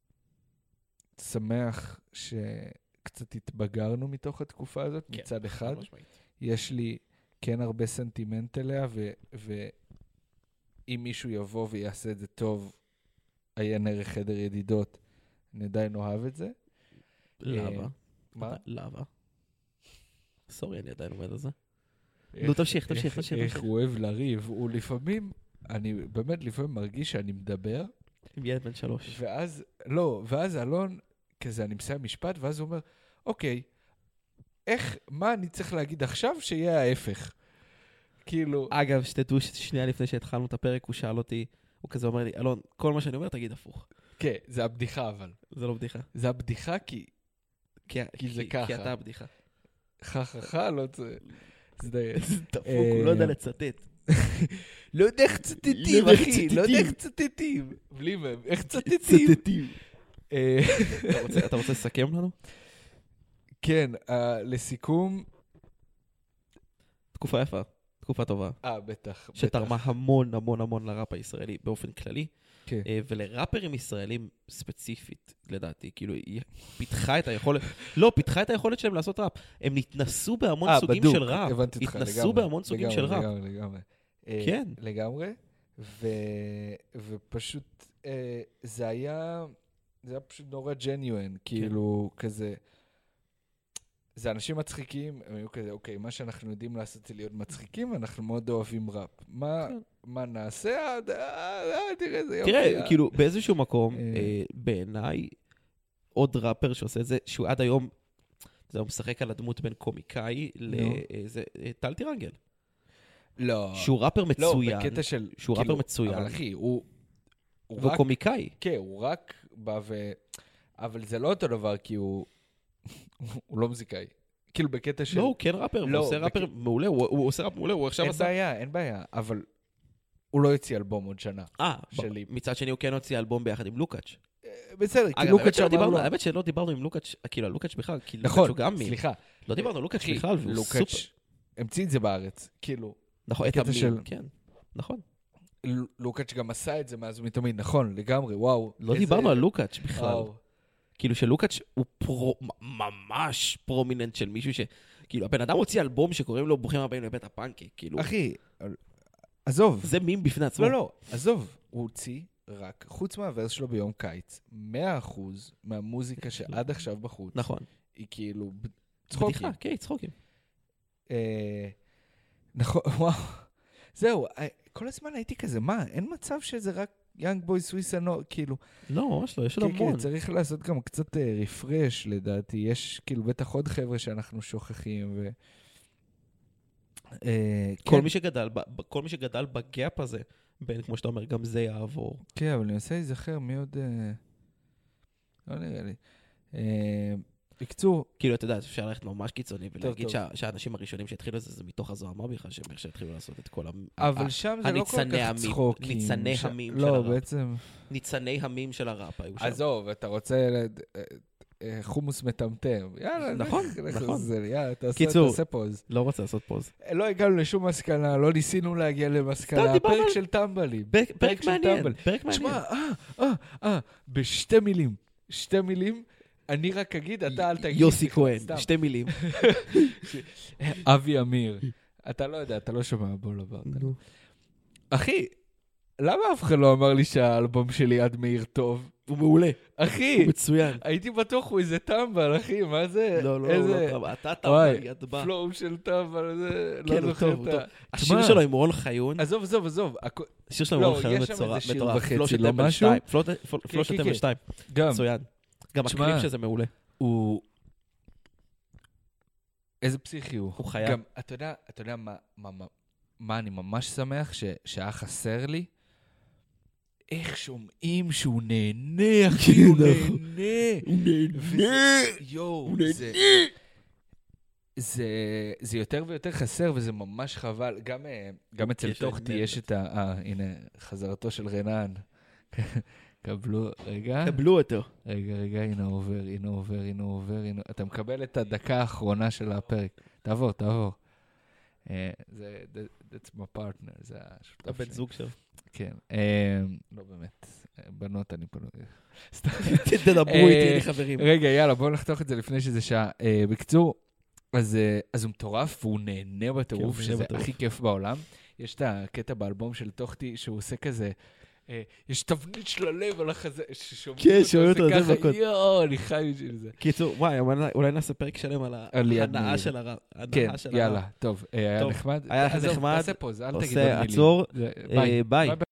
שמח שקצת התבגרנו מתוך התקופה הזאת, מצד אחד. יש לי כן הרבה סנטימנט אליה, ואם מישהו יבוא ויעשה את זה טוב, עיין ערך חדר ידידות, אני עדיין אוהב את זה. למה? מה? למה? סורי, אני עדיין עומד על זה. נו, תמשיך. איך הוא אוהב לריב, הוא לפעמים, אני באמת לפעמים מרגיש שאני מדבר. עם ילד בן 3. ואז אלון, כזה אני מסיים משפט, ואז הוא אומר, אוקיי, מה אני צריך להגיד עכשיו שיהיה ההפך? כאילו... אגב, שתדעו שנייה לפני שהתחלנו את הפרק, הוא שאל אותי, הוא כזה אומר לי, אלון, כל מה שאני אומר תגיד הפוך. כן, זה הבדיחה אבל. זה לא בדיחה. זה הבדיחה כי זה ככה. כי אתה הבדיחה. לא צריך... זה דפוק, הוא לא יודע לצטט. לא יודע איך צטטים, אחי, לא יודע איך צטטים. בלי מהם, איך צטטים. אתה רוצה לסכם לנו? כן, לסיכום... תקופה יפה, תקופה טובה. בטח. שתרמה המון המון המון לראפ הישראלי באופן כללי. כן. ולראפרים ישראלים ספציפית, לדעתי, כאילו, היא פיתחה את היכולת, לא, פיתחה את היכולת שלהם לעשות ראפ. הם נתנסו בהמון סוגים של ראפ. הבנתי אותך, לגמרי. התנסו בהמון סוגים של ראפ. לגמרי. כן. לגמרי. ופשוט, זה היה פשוט נורא ג'ניואן, כאילו, כזה, זה אנשים מצחיקים, הם היו כזה, אוקיי, מה שאנחנו יודעים לעשות זה להיות מצחיקים, אנחנו מאוד אוהבים ראפ. מה נעשה? תראה, זה יופי. תראה, כאילו, באיזשהו מקום, בעיניי, עוד ראפר שעושה את זה, שהוא עד היום, הוא משחק על הדמות בין קומיקאי לטל טירנגל. לא. שהוא ראפר מצוין. לא, בקטע של... שהוא ראפר מצוין. אבל אחי, הוא רק... קומיקאי. כן, הוא רק בא אבל זה לא אותו דבר, כי הוא לא מוזיקאי. כאילו בקטע של... לא, הוא כן ראפר, הוא עושה ראפר מעולה, הוא עושה ראפ מעולה, הוא עכשיו עשה... אין בעיה, אבל הוא לא יוציא אלבום עוד שנה. מצד שני הוא כן הוציא אלבום ביחד עם לוקאץ'. בסדר, כי לוקאץ' אמר לו... האמת שלא דיברנו עם לוקאץ', כאילו, לוקאץ' בכלל, כי לוקאץ' הוא גם מין. סליחה. לא דיברנו על לוקאץ' בכלל, והוא סופר. המציא את זה בארץ, כאילו. נכון, את המין, כן, נכון. לוקאץ' גם עשה את זה מאז ומתמיד, נכון, לגמרי, וואו. לא דיברנו על לוקאץ' בכלל. כאילו שלוקאץ' הוא ממש פרומיננט של מישהו כאילו, הבן אדם הוציא אלבום שקוראים לו ברוכים הבאים לבית הפאנקי, כאילו... אחי, עזוב. זה מים בפני עצמו. לא, עזוב. הוא הוציא רק, חוץ מהוורס שלו ביום קיץ, 100% מהמוזיקה שעד עכשיו בחוץ. נכון. היא כאילו צחוקים. כן, צחוקים. נכון, וואו. זהו, כל הזמן הייתי כזה, מה, אין מצב שזה רק יאנג בוי סוויסנו, כאילו... לא, ממש לא, יש עוד המון. צריך לעשות גם קצת רפרש, לדעתי. יש כאילו בטח עוד חבר'ה שאנחנו שוכחים, ו... כל מי שגדל בגאפ הזה, בין, כמו שאתה אומר, גם זה יעבור. כן, אבל אני מנסה להיזכר מי עוד... לא נראה לי. בקצור... כאילו, אתה יודע, אפשר ללכת ממש קיצוני, ולהגיד שהאנשים הראשונים שהתחילו לזה, זה מתוך הזוהמה בכלל, שהם איך שהתחילו לעשות את כל אבל שם זה לא כל כך צחוקים. ניצני המים של לא, הראפ. בעצם... ניצני המים של הראפ היו שם. עזוב, אתה רוצה... חומוס מטמטם. יאללה, נכון. יאללה, קיצור, תעשה פוז. לא רוצה לעשות פוז. לא הגענו לשום מסקנה, לא ניסינו להגיע למסקנה. פרק של טמבלי. פרק מעניין. תשמע, שתי מילים, אני רק אגיד, אתה אל תגיד. יוסי כהן, 2 מילים. אבי אמיר. אתה לא יודע, אתה לא שומע בוא לבא. אחי, למה אף אחד לא אמר לי שהאלבום שלי עד מאיר טוב? הוא מעולה. אחי, הוא מצוין. הייתי בטוח הוא איזה טמבל, אחי, מה זה? לא, אתה טמבל, יד בא. פלואו של טמבל, זה לא זוכר את ה... השיר שלו עם רון חיון. עזוב. השיר שלו עם רון חיון מטורף. פלו של טמבל 2. מצוין. גם הקליפ שזה מעולה. הוא... איזה פסיכי הוא. הוא חייב. גם, אתה יודע מה אני ממש שמח שהיה חסר לי? איך שומעים שהוא נהנה, אחי, הוא נהנה. הוא נהנה. יואו, זה יותר ויותר חסר, וזה ממש חבל. גם אצל תוכתי יש את הנה, חזרתו של רנן. קבלו, רגע. קבלו אותו. רגע, הנה עובר. אתה מקבל את הדקה האחרונה של הפרק. תעבור. That's my partner, זה השותף הבן זוג שלו. כן, לא באמת, בנות אני פה... תדברו איתי, אני חברים. רגע, יאללה, בואו נחתוך את זה לפני שזה שעה. בקצור, אז הוא מטורף, והוא נהנה בטירוף, שזה הכי כיף בעולם. יש את הקטע באלבום של תוכתי, שהוא עושה כזה, יש תבנית של הלב על החזה, כן, שומעים אותו, זה ככה, יואו, אני חי בשביל זה. קיצור, וואי, אולי נעשה פרק שלם על ההנאה של הרב. כן, יאללה, טוב, היה נחמד. היה נחמד. עושה פוז, אל תגיד עושה עצור, ביי.